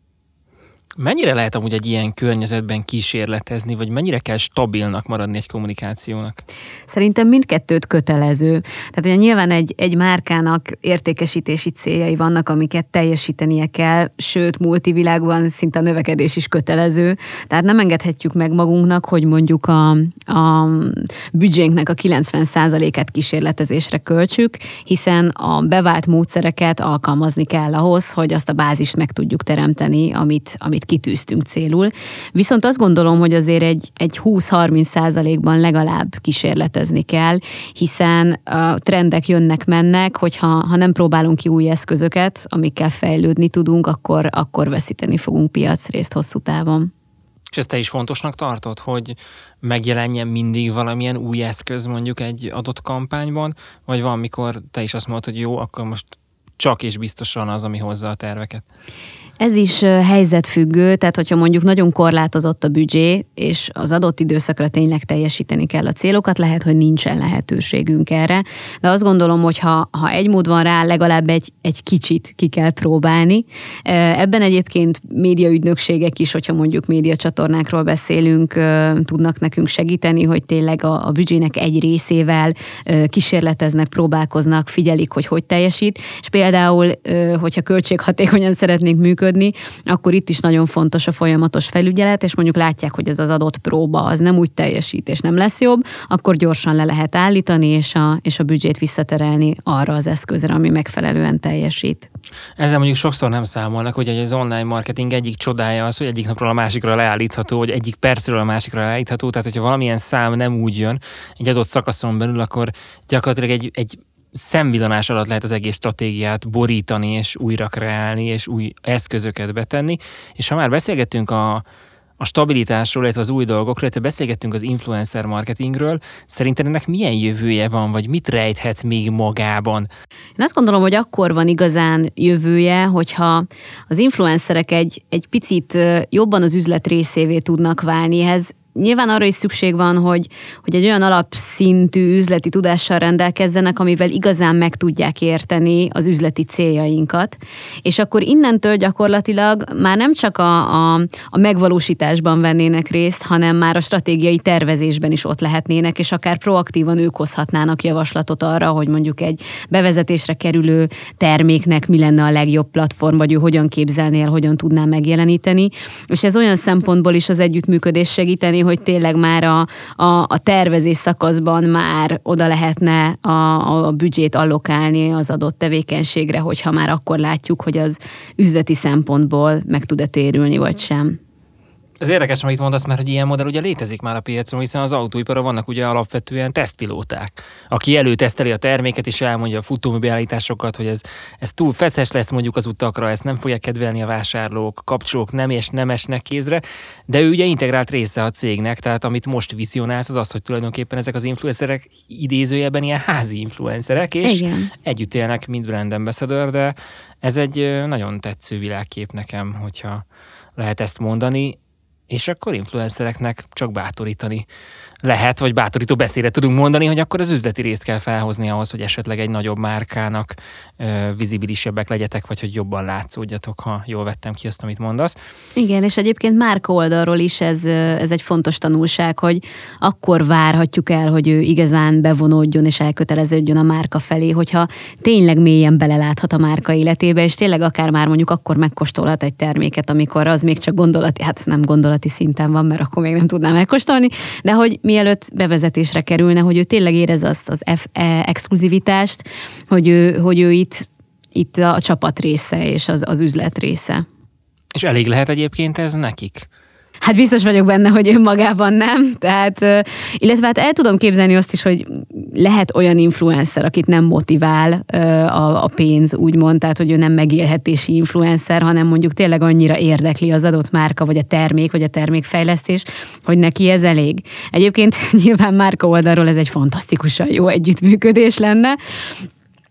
Mennyire lehet amúgy egy ilyen környezetben kísérletezni, vagy mennyire kell stabilnak maradni egy kommunikációnak? Szerintem mindkettőt kötelező. Tehát ugye nyilván egy, egy márkának értékesítési céljai vannak, amiket teljesítenie kell, sőt, multivilágban szinte a növekedés is kötelező. Tehát nem engedhetjük meg magunknak, hogy mondjuk a, a büdzsénknek a kilencven százalékát kísérletezésre költsük, hiszen a bevált módszereket alkalmazni kell ahhoz, hogy azt a bázist meg tudjuk teremteni, amit, amit kitűztünk célul. Viszont azt gondolom, hogy azért egy, egy húsz-harminc százalékban legalább kísérletezni kell, hiszen a trendek jönnek-mennek, hogyha ha nem próbálunk ki új eszközöket, amikkel fejlődni tudunk, akkor, akkor veszíteni fogunk piacrészt hosszú távon. És ezt te is fontosnak tartod, hogy megjelenjen mindig valamilyen új eszköz mondjuk egy adott kampányban, vagy van, mikor te is azt mondod, hogy jó, akkor most csak és biztosan az, ami hozza a terveket? Ez is helyzetfüggő, tehát hogyha mondjuk nagyon korlátozott a büdzsé, és az adott időszakra tényleg teljesíteni kell a célokat, lehet, hogy nincsen lehetőségünk erre. De azt gondolom, hogy ha, ha egy mód van rá, legalább egy, egy kicsit ki kell próbálni. Ebben egyébként médiaügynökségek is, hogyha mondjuk médiacsatornákról beszélünk, tudnak nekünk segíteni, hogy tényleg a, a büdzsének egy részével kísérleteznek, próbálkoznak, figyelik, hogy hogy teljesít. És például, hogyha költséghatékonyan szeretnénk működni, akkor itt is nagyon fontos a folyamatos felügyelet, és mondjuk látják, hogy ez az adott próba az nem úgy teljesít, és nem lesz jobb, akkor gyorsan le lehet állítani, és a, és a büdzsét visszaterelni arra az eszközre, ami megfelelően teljesít. Ezzel mondjuk sokszor nem számolnak, hogy az online marketing egyik csodája az, hogy egyik napról a másikra leállítható, hogy egyik percről a másikra leállítható, tehát hogyha valamilyen szám nem úgy jön egy adott szakaszon belül, akkor gyakorlatilag egy, egy szemvillanás alatt lehet az egész stratégiát borítani, és újra kreálni, és új eszközöket betenni. És ha már beszélgettünk a, a stabilitásról, illetve az új dolgokról, illetve beszélgettünk az influencer marketingről, szerinted ennek milyen jövője van, vagy mit rejthet még magában? Én azt gondolom, hogy akkor van igazán jövője, hogyha az influencerek egy, egy picit jobban az üzlet részévé tudnak válni. Ehhez nyilván arra is szükség van, hogy, hogy egy olyan alapszintű üzleti tudással rendelkezzenek, amivel igazán meg tudják érteni az üzleti céljainkat. És akkor innentől gyakorlatilag már nem csak a, a, a megvalósításban vennének részt, hanem már a stratégiai tervezésben is ott lehetnének, és akár proaktívan ők hozhatnának javaslatot arra, hogy mondjuk egy bevezetésre kerülő terméknek mi lenne a legjobb platform, vagy ő hogyan képzelné el, hogyan tudná megjeleníteni. És ez olyan szempontból is az együttműködés segíteni, hogy tényleg már a, a, a tervezés szakaszban már oda lehetne a, a büdzsét allokálni az adott tevékenységre, hogyha már akkor látjuk, hogy az üzleti szempontból meg tud-e térülni, vagy sem. Ez érdekes, amit mondasz, mert hogy ilyen modell ugye létezik már a piacon, hiszen az autóiparban vannak ugye alapvetően tesztpilóták, aki előteszteli a terméket, és elmondja a futóműbeállításokat, hogy ez, ez túl feszes lesz mondjuk az utakra, ezt nem fogják kedvelni a vásárlók, kapcsolók nem és nem esnek kézre, de ő ugye integrált része a cégnek, tehát amit most vizionálsz, az az, hogy tulajdonképpen ezek az influencerek idézőjelben ilyen házi influencerek, és igen, együtt élnek, mint brand ambassador, de ez egy nagyon tetsző világkép nekem, hogyha lehet ezt mondani. És akkor influencereknek csak bátorítani lehet, vagy bátorító beszédet tudunk mondani, hogy akkor az üzleti részt kell felhozni ahhoz, hogy esetleg egy nagyobb márkának ö, vizibilisebbek legyetek, vagy hogy jobban látszódjatok, ha jól vettem ki azt, amit mondasz. Igen, és egyébként márka oldalról is ez, ez egy fontos tanulság, hogy akkor várhatjuk el, hogy ő igazán bevonódjon és elköteleződjön a márka felé, hogyha tényleg mélyen beleláthat a márka életébe, és tényleg akár már mondjuk akkor megkóstolhat egy terméket, amikor az még csak gondolati, hát nem gondolati szinten van, mert akkor még nem tudná megkóstolni, de hogy mielőtt bevezetésre kerülne, hogy ő tényleg érez azt az F- e- exkluzivitást, hogy ő, hogy ő itt, itt a csapat része és az, az üzlet része. És elég lehet egyébként ez nekik? Hát biztos vagyok benne, hogy önmagában nem. Tehát, illetve hát el tudom képzelni azt is, hogy lehet olyan influencer, akit nem motivál a, a pénz, úgymond, tehát hogy ő nem megélhetési influencer, hanem mondjuk tényleg annyira érdekli az adott márka, vagy a termék, vagy a termékfejlesztés, hogy neki ez elég. Egyébként nyilván márka oldalról ez egy fantasztikusan jó együttműködés lenne.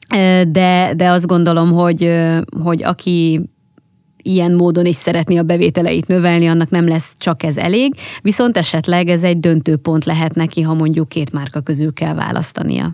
de, de azt gondolom, hogy, hogy aki ilyen módon is szeretné a bevételeit növelni, annak nem lesz csak ez elég, viszont esetleg ez egy döntőpont lehet neki, ha mondjuk két márka közül kell választania.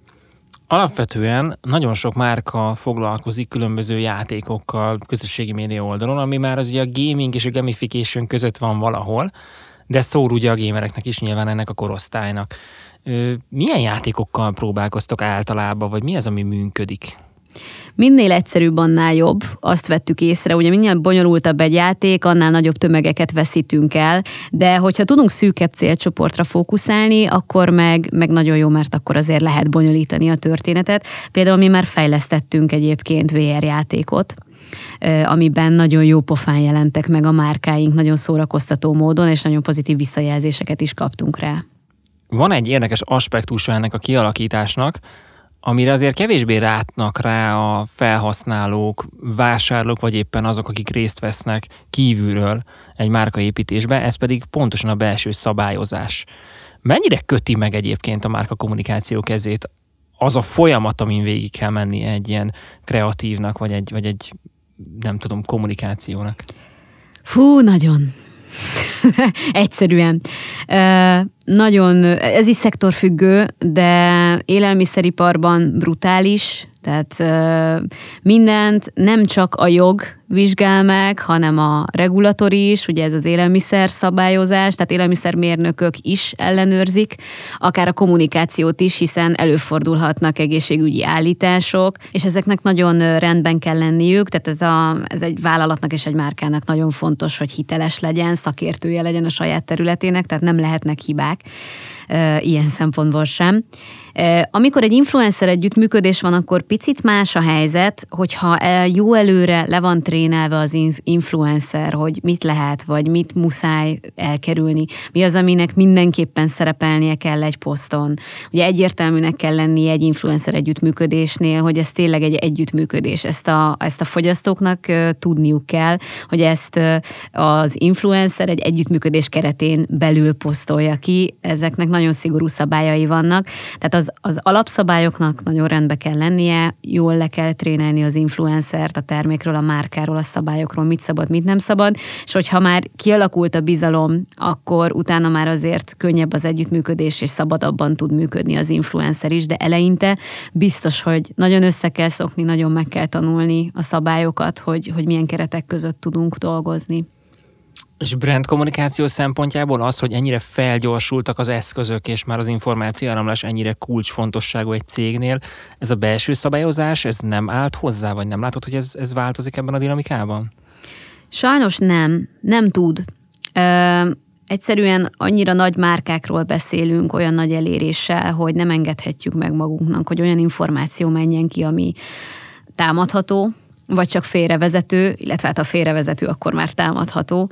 Alapvetően nagyon sok márka foglalkozik különböző játékokkal közösségi média oldalon, ami már az ugye a gaming és a gamification között van valahol, de szól ugye a gamereknek is nyilván ennek a korosztálynak. Milyen játékokkal próbálkoztok általában, vagy mi az, ami működik? Minél egyszerűbb, annál jobb, azt vettük észre, ugye minél bonyolultabb egy játék, annál nagyobb tömegeket veszítünk el, de hogyha tudunk szűkebb célcsoportra fókuszálni, akkor meg, meg nagyon jó, mert akkor azért lehet bonyolítani a történetet. Például mi már fejlesztettünk egyébként vé er játékot, amiben nagyon jó pofán jelentek meg a márkáink, nagyon szórakoztató módon, és nagyon pozitív visszajelzéseket is kaptunk rá. Van egy érdekes aspektusa ennek a kialakításnak, amire azért kevésbé rátnak rá a felhasználók, vásárlók, vagy éppen azok, akik részt vesznek kívülről egy márkaépítésbe, ez pedig pontosan a belső szabályozás. Mennyire köti meg egyébként a márka kommunikáció kezét az a folyamat, amin végig kell menni egy ilyen kreatívnak, vagy egy, vagy egy nem tudom, kommunikációnak? Fú, nagyon. Egyszerűen. E, nagyon, ez is szektorfüggő, de élelmiszeriparban brutális, tehát e, mindent nem csak a jog vizsgál meg, hanem a regulatori is, ugye ez az élelmiszer szabályozás, tehát élelmiszermérnökök is ellenőrzik, akár a kommunikációt is, hiszen előfordulhatnak egészségügyi állítások, és ezeknek nagyon rendben kell lenniük, tehát ez, a, ez egy vállalatnak és egy márkának nagyon fontos, hogy hiteles legyen, szakértője legyen a saját területének, tehát nem lehetnek hibák ilyen szempontból sem. Amikor egy influencer együttműködés van, akkor picit más a helyzet, hogyha jó előre le van trénelve az influencer, hogy mit lehet, vagy mit muszáj elkerülni. Mi az, aminek mindenképpen szerepelnie kell egy poszton. Ugye egyértelműnek kell lennie egy influencer együttműködésnél, hogy ez tényleg egy együttműködés. Ezt a, ezt a fogyasztóknak tudniuk kell, hogy ezt az influencer egy együttműködés keretén belül posztolja ki. Ezeknek nagyon szigorú szabályai vannak. Tehát az, az alapszabályoknak nagyon rendbe kell lennie, jól le kell trénelni az influencert a termékről, a márkáról, a szabályokról, mit szabad, mit nem szabad, és hogyha már kialakult a bizalom, akkor utána már azért könnyebb az együttműködés, és szabadabban tud működni az influencer is, de eleinte biztos, hogy nagyon össze kell szokni, nagyon meg kell tanulni a szabályokat, hogy, hogy milyen keretek között tudunk dolgozni. És brand kommunikáció szempontjából az, hogy ennyire felgyorsultak az eszközök, és már az információáramlás ennyire kulcsfontosságú egy cégnél, ez a belső szabályozás, ez nem állt hozzá, vagy nem látod, hogy ez, ez változik ebben a dinamikában? Sajnos nem, nem tud. Ö, egyszerűen annyira nagy márkákról beszélünk, olyan nagy eléréssel, hogy nem engedhetjük meg magunknak, hogy olyan információ menjen ki, ami támadható, vagy csak félrevezető, illetve hát a félrevezető akkor már támadható.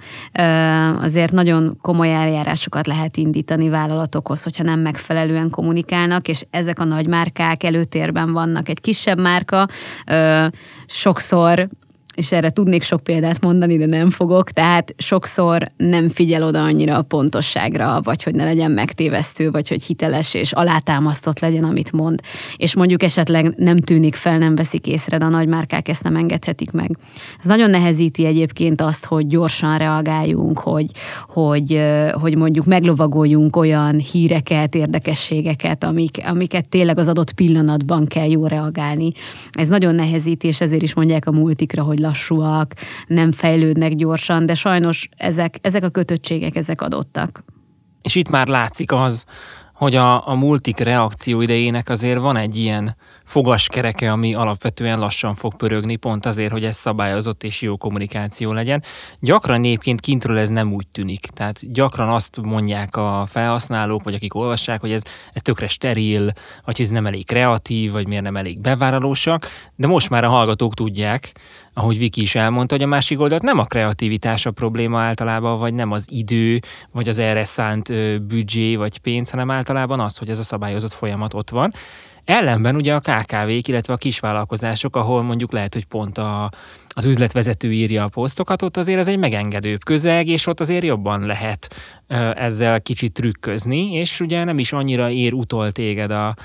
Azért nagyon komoly eljárásokat lehet indítani vállalatokhoz, hogyha nem megfelelően kommunikálnak, és ezek a nagy márkák előtérben vannak. Egy kisebb márka sokszor, és erre tudnék sok példát mondani, de nem fogok, tehát sokszor nem figyel oda annyira a pontosságra, vagy hogy ne legyen megtévesztő, vagy hogy hiteles és alátámasztott legyen, amit mond. És mondjuk esetleg nem tűnik fel, nem veszik észre, de a nagymárkák ezt nem engedhetik meg. Ez nagyon nehezíti egyébként azt, hogy gyorsan reagáljunk, hogy, hogy, hogy mondjuk meglovagoljunk olyan híreket, érdekességeket, amik, amiket tényleg az adott pillanatban kell jól reagálni. Ez nagyon nehezíti, és ezért is mondják a multikra, hogy lassúak, nem fejlődnek gyorsan, de sajnos ezek, ezek a kötöttségek, ezek adottak. És itt már látszik az, hogy a, a multik reakció idejének azért van egy ilyen fogaskereke, ami alapvetően lassan fog pörögni, pont azért, hogy ez szabályozott és jó kommunikáció legyen. Gyakran egyébként kintről ez nem úgy tűnik. Tehát gyakran azt mondják a felhasználók, vagy akik olvassák, hogy ez, ez tökre steril, vagy ez nem elég kreatív, vagy miért nem elég bevállalósak, de most már a hallgatók tudják, ahogy Viki is elmondta, hogy a másik oldalt nem a kreativitás a probléma általában, vagy nem az idő, vagy az erre szánt ö, büdzsé, vagy pénz, hanem általában az, hogy ez a szabályozott folyamat ott van. Ellenben ugye a ká ká vék, illetve a kisvállalkozások, ahol mondjuk lehet, hogy pont a, az üzletvezető írja a posztokat, ott azért ez egy megengedőbb közeg, és ott azért jobban lehet ö, ezzel kicsit trükközni, és ugye nem is annyira ér utol téged a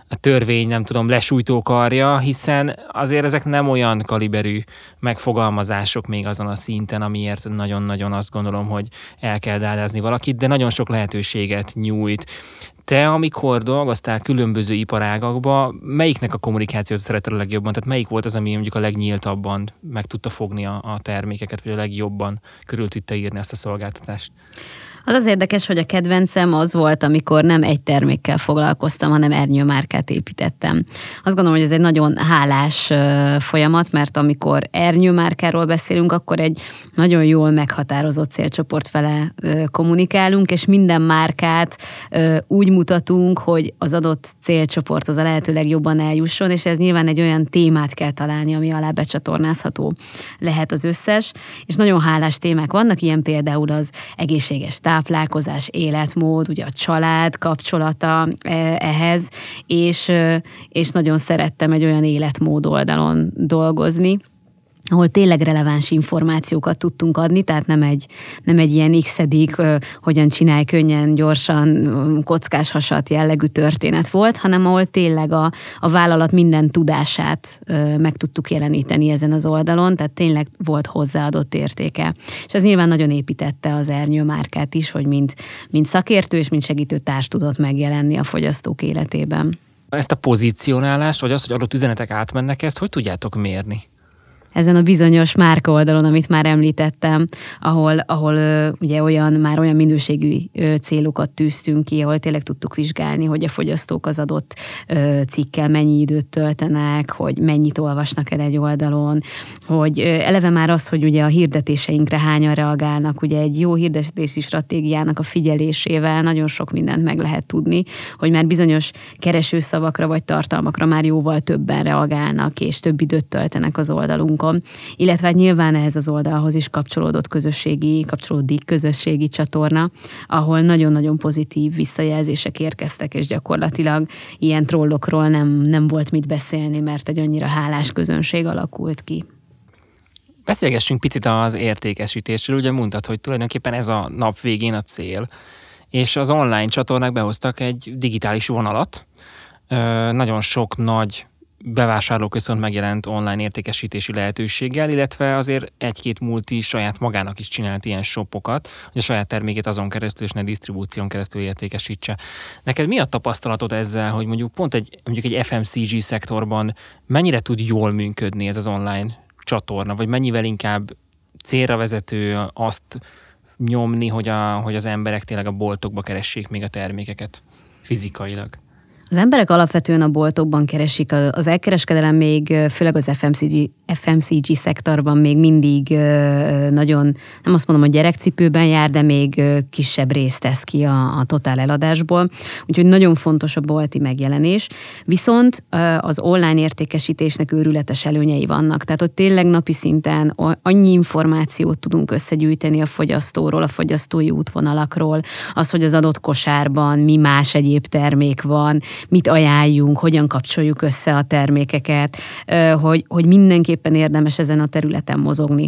a törvény, nem tudom, lesújtó karja, hiszen azért ezek nem olyan kaliberű megfogalmazások még azon a szinten, amiért nagyon-nagyon azt gondolom, hogy el kell dádázni valakit, de nagyon sok lehetőséget nyújt. Te, amikor dolgoztál különböző iparágakban, melyiknek a kommunikációt szereted a legjobban? Tehát melyik volt az, ami mondjuk a legnyíltabban meg tudta fogni a, a termékeket, vagy a legjobban körül tudta írni ezt a szolgáltatást? Az az érdekes, hogy a kedvencem az volt, amikor nem egy termékkel foglalkoztam, hanem ernyőmárkát építettem. Azt gondolom, hogy ez egy nagyon hálás folyamat, mert amikor ernyőmárkáról beszélünk, akkor egy nagyon jól meghatározott célcsoport fele kommunikálunk, és minden márkát úgy mutatunk, hogy az adott célcsoport az a lehető legjobban eljusson, és ez nyilván egy olyan témát kell találni, ami alá becsatornázható lehet az összes, és nagyon hálás témák vannak, ilyen például az egészséges táplálkozás, életmód, ugye a család kapcsolata ehhez, és, és nagyon szerettem egy olyan életmód oldalon dolgozni, ahol tényleg releváns információkat tudtunk adni, tehát nem egy, nem egy ilyen x-edik, hogyan csinálj könnyen, gyorsan, kockás hasat jellegű történet volt, hanem ahol tényleg a, a vállalat minden tudását meg tudtuk jeleníteni ezen az oldalon, tehát tényleg volt hozzáadott értéke. És ez nyilván nagyon építette az ernyőmárkát is, hogy mind, mind szakértő és mind segítő társ tudott megjelenni a fogyasztók életében. Ezt a pozícionálást, vagy azt, hogy adott üzenetek átmennek, ezt hogy tudjátok mérni? Ezen a bizonyos márka oldalon, amit már említettem, ahol, ahol ugye olyan, már olyan minőségű célokat tűztünk ki, ahol tényleg tudtuk vizsgálni, hogy a fogyasztók az adott cikkel mennyi időt töltenek, hogy mennyit olvasnak el egy oldalon, hogy eleve már az, hogy ugye a hirdetéseinkre hányan reagálnak, ugye egy jó hirdetési stratégiának a figyelésével nagyon sok mindent meg lehet tudni, hogy már bizonyos keresőszavakra vagy tartalmakra már jóval többen reagálnak, és több időt töltenek az oldalunkon. Illetve hát nyilván ehhez az oldalhoz is kapcsolódott közösségi, kapcsolódik közösségi csatorna, ahol nagyon-nagyon pozitív visszajelzések érkeztek, és gyakorlatilag ilyen trollokról nem, nem volt mit beszélni, mert egy annyira hálás közönség alakult ki. Beszélgessünk picit az értékesítésről. Ugye mondtad, hogy tulajdonképpen ez a nap végén a cél, és az online csatornák behoztak egy digitális vonalat. Nagyon sok nagy bevásárlóközpont megjelent online értékesítési lehetőséggel, illetve azért egy-két multi saját magának is csinált ilyen shopokat, hogy a saját termékét azon keresztül és ne disztribúción keresztül értékesítse. Neked mi a tapasztalatod ezzel, hogy mondjuk pont egy, mondjuk egy ef em cé gé szektorban mennyire tud jól működni ez az online csatorna, vagy mennyivel inkább célra vezető azt nyomni, hogy, a, hogy az emberek tényleg a boltokba keressék még a termékeket fizikailag? Az emberek alapvetően a boltokban keresik, az elkereskedelem még, főleg az ef em cé gé, ef em cé gé szektorban még mindig nagyon, nem azt mondom, hogy gyerekcipőben jár, de még kisebb részt tesz ki a, a totál eladásból. Úgyhogy nagyon fontos a bolti megjelenés. Viszont az online értékesítésnek őrületes előnyei vannak. Tehát ott tényleg napi szinten annyi információt tudunk összegyűjteni a fogyasztóról, a fogyasztói útvonalakról, az, hogy az adott kosárban mi más egyéb termék van, mit ajánljunk, hogyan kapcsoljuk össze a termékeket, hogy, hogy mindenképpen érdemes ezen a területen mozogni.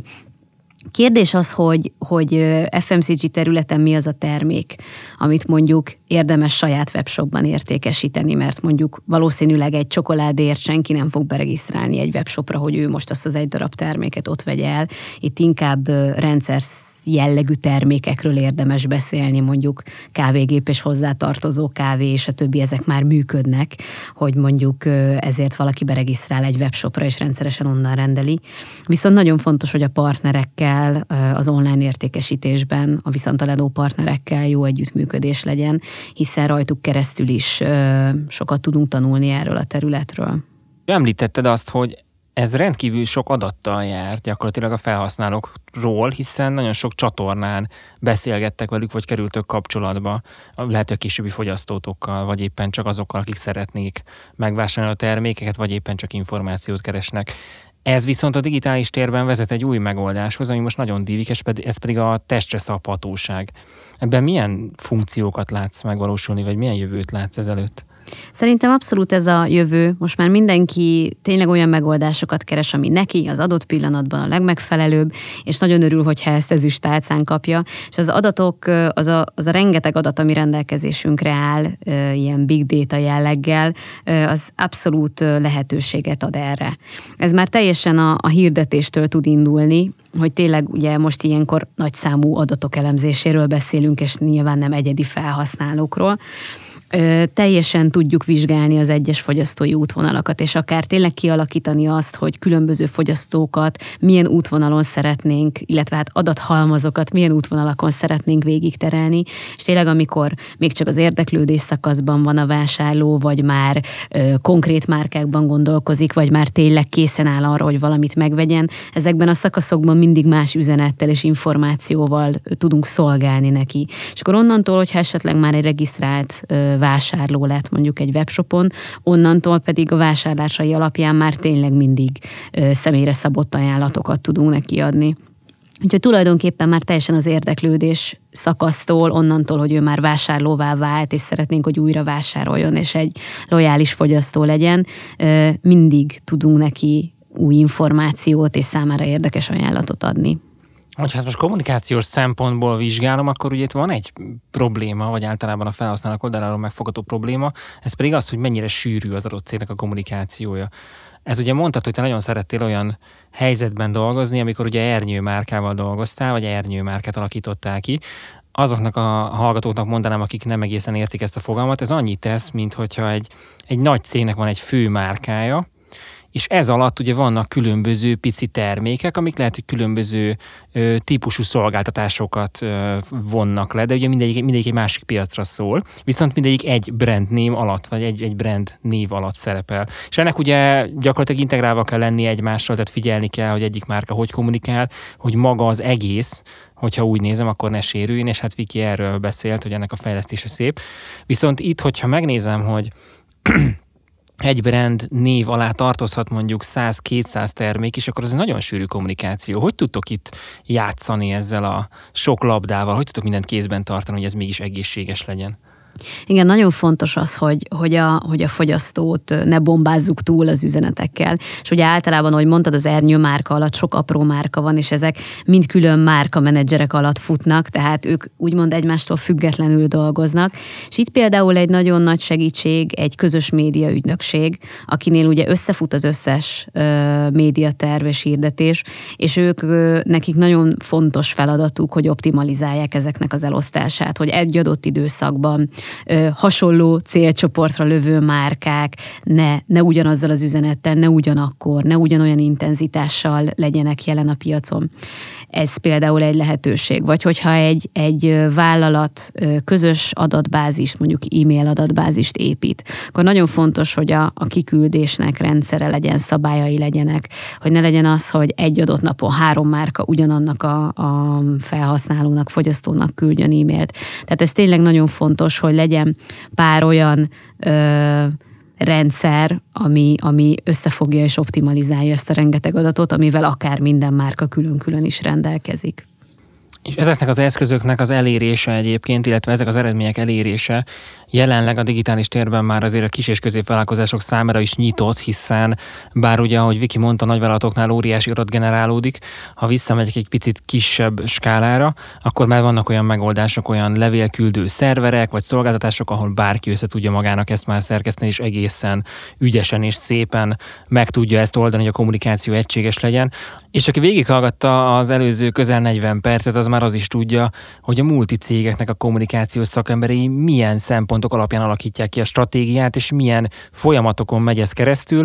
Kérdés az, hogy, hogy ef em cé gé területen mi az a termék, amit mondjuk érdemes saját webshopban értékesíteni, mert mondjuk valószínűleg egy csokoládéért senki nem fog beregisztrálni egy webshopra, hogy ő most azt az egy darab terméket ott vegye el. Itt inkább rendszer jellegű termékekről érdemes beszélni, mondjuk kávégép és hozzátartozó kávé, és a többi, ezek már működnek, hogy mondjuk ezért valaki beregisztrál egy webshopra, és rendszeresen onnan rendeli. Viszont nagyon fontos, hogy a partnerekkel, az online értékesítésben, a viszonteladó partnerekkel jó együttműködés legyen, hiszen rajtuk keresztül is sokat tudunk tanulni erről a területről. Említetted azt, hogy ez rendkívül sok adattal jár gyakorlatilag a felhasználókról, hiszen nagyon sok csatornán beszélgettek velük, vagy kerültök kapcsolatba, lehet, hogy későbbi fogyasztótokkal, vagy éppen csak azokkal, akik szeretnék megvásárolni a termékeket, vagy éppen csak információt keresnek. Ez viszont a digitális térben vezet egy új megoldáshoz, ami most nagyon dívik, ez pedig a testre szabhatóság. Ebben milyen funkciókat látsz megvalósulni, vagy milyen jövőt látsz ezelőtt? Szerintem abszolút ez a jövő. Most már mindenki tényleg olyan megoldásokat keres, ami neki az adott pillanatban a legmegfelelőbb, és nagyon örül, hogyha ezt ezüst tálcán kapja. És az adatok, az a, az a rengeteg adat, ami rendelkezésünkre áll, ilyen big data jelleggel, az abszolút lehetőséget ad erre. Ez már teljesen a, a hirdetéstől tud indulni, hogy tényleg ugye most ilyenkor nagyszámú adatok elemzéséről beszélünk, és nyilván nem egyedi felhasználókról. Ö, teljesen tudjuk vizsgálni az egyes fogyasztói útvonalakat, és akár tényleg kialakítani azt, hogy különböző fogyasztókat milyen útvonalon szeretnénk, illetve hát adathalmazokat milyen útvonalakon szeretnénk végigterelni, és tényleg amikor még csak az érdeklődés szakaszban van a vásárló, vagy már ö, konkrét márkákban gondolkozik, vagy már tényleg készen áll arra, hogy valamit megvegyen, ezekben a szakaszokban mindig más üzenettel és információval tudunk szolgálni neki. És akkor onnantól, hogyha esetleg már egy regisztrált ö, vásárló lett mondjuk egy webshopon, onnantól pedig a vásárlásai alapján már tényleg mindig ö, személyre szabott ajánlatokat tudunk neki adni. Úgyhogy tulajdonképpen már teljesen az érdeklődés szakasztól, onnantól, hogy ő már vásárlóvá vált, és szeretnénk, hogy újra vásároljon, és egy lojális fogyasztó legyen, ö, mindig tudunk neki új információt és számára érdekes ajánlatot adni. Hogyha ezt most kommunikációs szempontból vizsgálom, akkor ugye itt van egy probléma, vagy általában a felhasználók oldaláról megfogható probléma, ez pedig az, hogy mennyire sűrű az adott cégnek a kommunikációja. Ez ugye mondtad, hogy te nagyon szerettél olyan helyzetben dolgozni, amikor ugye ernyő márkával dolgoztál, vagy ernyő márkát alakítottál ki. Azoknak a hallgatóknak mondanám, akik nem egészen értik ezt a fogalmat, ez annyit tesz, mint hogyha egy, egy nagy cégnek van egy fő márkája, és ez alatt ugye vannak különböző pici termékek, amik lehet, hogy különböző ö, típusú szolgáltatásokat ö, vonnak le, de ugye mindegyik, mindegyik egy másik piacra szól, viszont mindegyik egy brand name alatt, vagy egy, egy brand név alatt szerepel. És ennek ugye gyakorlatilag integrálva kell lenni egymással, tehát figyelni kell, hogy egyik márka hogy kommunikál, hogy maga az egész, hogyha úgy nézem, akkor ne sérüljön, és hát Viki erről beszélt, hogy ennek a fejlesztése szép. Viszont itt, hogyha megnézem, hogy egy brand név alá tartozhat mondjuk száz-kétszáz termék is, akkor ez egy nagyon sűrű kommunikáció. Hogy tudtok itt játszani ezzel a sok labdával? Hogy tudtok mindent kézben tartani, hogy ez mégis egészséges legyen? Igen, nagyon fontos az, hogy, hogy, a, hogy a fogyasztót ne bombázzuk túl az üzenetekkel. És ugye általában, ahogy mondtad, az ernyő márka alatt sok apró márka van, és ezek mind külön márka menedzserek alatt futnak, tehát ők úgymond egymástól függetlenül dolgoznak. És itt például egy nagyon nagy segítség egy közös média ügynökség, akinél ugye összefut az összes ö, médiaterv és hirdetés, és ők ö, nekik nagyon fontos feladatuk, hogy optimalizálják ezeknek az elosztását, hogy egy adott időszakban Ö, hasonló célcsoportra lövő márkák ne, ne ugyanazzal az üzenettel, ne ugyanakkor, ne ugyanolyan intenzitással legyenek jelen a piacon. Ez például egy lehetőség. Vagy hogyha egy, egy vállalat közös adatbázist, mondjuk e-mail adatbázist épít, akkor nagyon fontos, hogy a, a kiküldésnek rendszere legyen, szabályai legyenek, hogy ne legyen az, hogy egy adott napon három márka ugyanannak a, a felhasználónak, fogyasztónak küldjön e-mailt. Tehát ez tényleg nagyon fontos, hogy legyen pár olyan ö, rendszer, ami, ami összefogja és optimalizálja ezt a rengeteg adatot, amivel akár minden márka külön-külön is rendelkezik. És ezeknek az eszközöknek az elérése egyébként, illetve ezek az eredmények elérése jelenleg a digitális térben már azért a kis és középvállalkozások számára is nyitott, hiszen bár ugye, ahogy Viki mondta, nagyvállalatoknál óriási adat generálódik, ha visszamegyek egy picit kisebb skálára, akkor már vannak olyan megoldások, olyan levélküldő szerverek, vagy szolgáltatások, ahol bárki össze tudja magának ezt már szerkeszteni, és egészen ügyesen és szépen meg tudja ezt oldani, hogy a kommunikáció egységes legyen. És aki végighallgatta az előző közel negyven percet, az már az is tudja, hogy a multicégeknek a kommunikációs szakemberei milyen szempontok alapján alakítják ki a stratégiát, és milyen folyamatokon megy ez keresztül.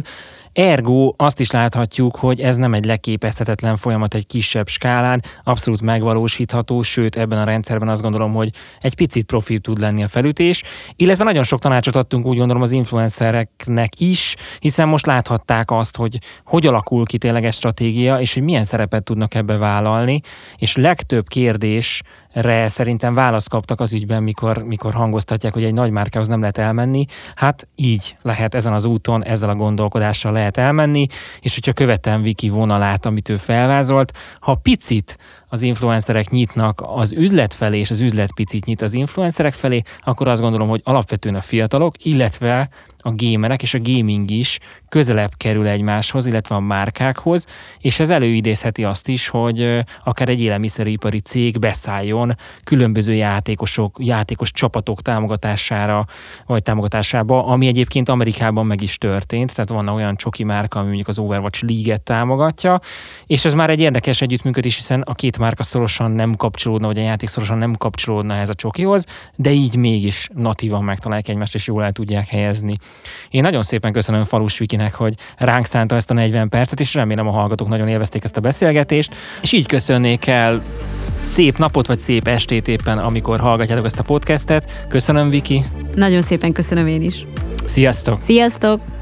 Ergo azt is láthatjuk, hogy ez nem egy leképezhetetlen folyamat egy kisebb skálán, abszolút megvalósítható, sőt ebben a rendszerben azt gondolom, hogy egy picit profibb tud lenni a felütés, illetve nagyon sok tanácsot adtunk úgy gondolom az influencereknek is, hiszen most láthatták azt, hogy hogy alakul ki tényleg egy stratégia, és hogy milyen szerepet tudnak ebbe vállalni, és legtöbb kérdés re szerintem választ kaptak az ügyben, mikor, mikor hangoztatják, hogy egy nagy márkához nem lehet elmenni. Hát így lehet ezen az úton, ezzel a gondolkodással lehet elmenni, és hogyha követem Viki vonalát, amit ő felvázolt, ha picit az influencerek nyitnak az üzlet felé, és az üzlet picit nyit az influencerek felé, akkor azt gondolom, hogy alapvetően a fiatalok, illetve a gamerek és a gaming is közelebb kerül egymáshoz, illetve a márkákhoz, és ez előidézheti azt is, hogy akár egy élelmiszeripari cég beszálljon különböző játékosok, játékos csapatok támogatására, vagy támogatásába, ami egyébként Amerikában meg is történt, tehát van olyan csoki márka, ami mondjuk az Overwatch League-et támogatja, és ez már egy érdekes együttműködés, hiszen a két márka szorosan nem kapcsolódna, vagy a játék szorosan nem kapcsolódna ehhez a csokihoz, de így mégis natívan megtalálják egymást, és jól el tudják helyezni. Én nagyon szépen köszönöm Falus Vikinek, hogy ránk szánta ezt a negyven percet, és remélem a hallgatók nagyon élvezték ezt a beszélgetést, és így köszönnék el szép napot, vagy szép estét éppen, amikor hallgatjátok ezt a podcastet. Köszönöm, Viki. Nagyon szépen köszönöm én is. Sziasztok! Sziasztok!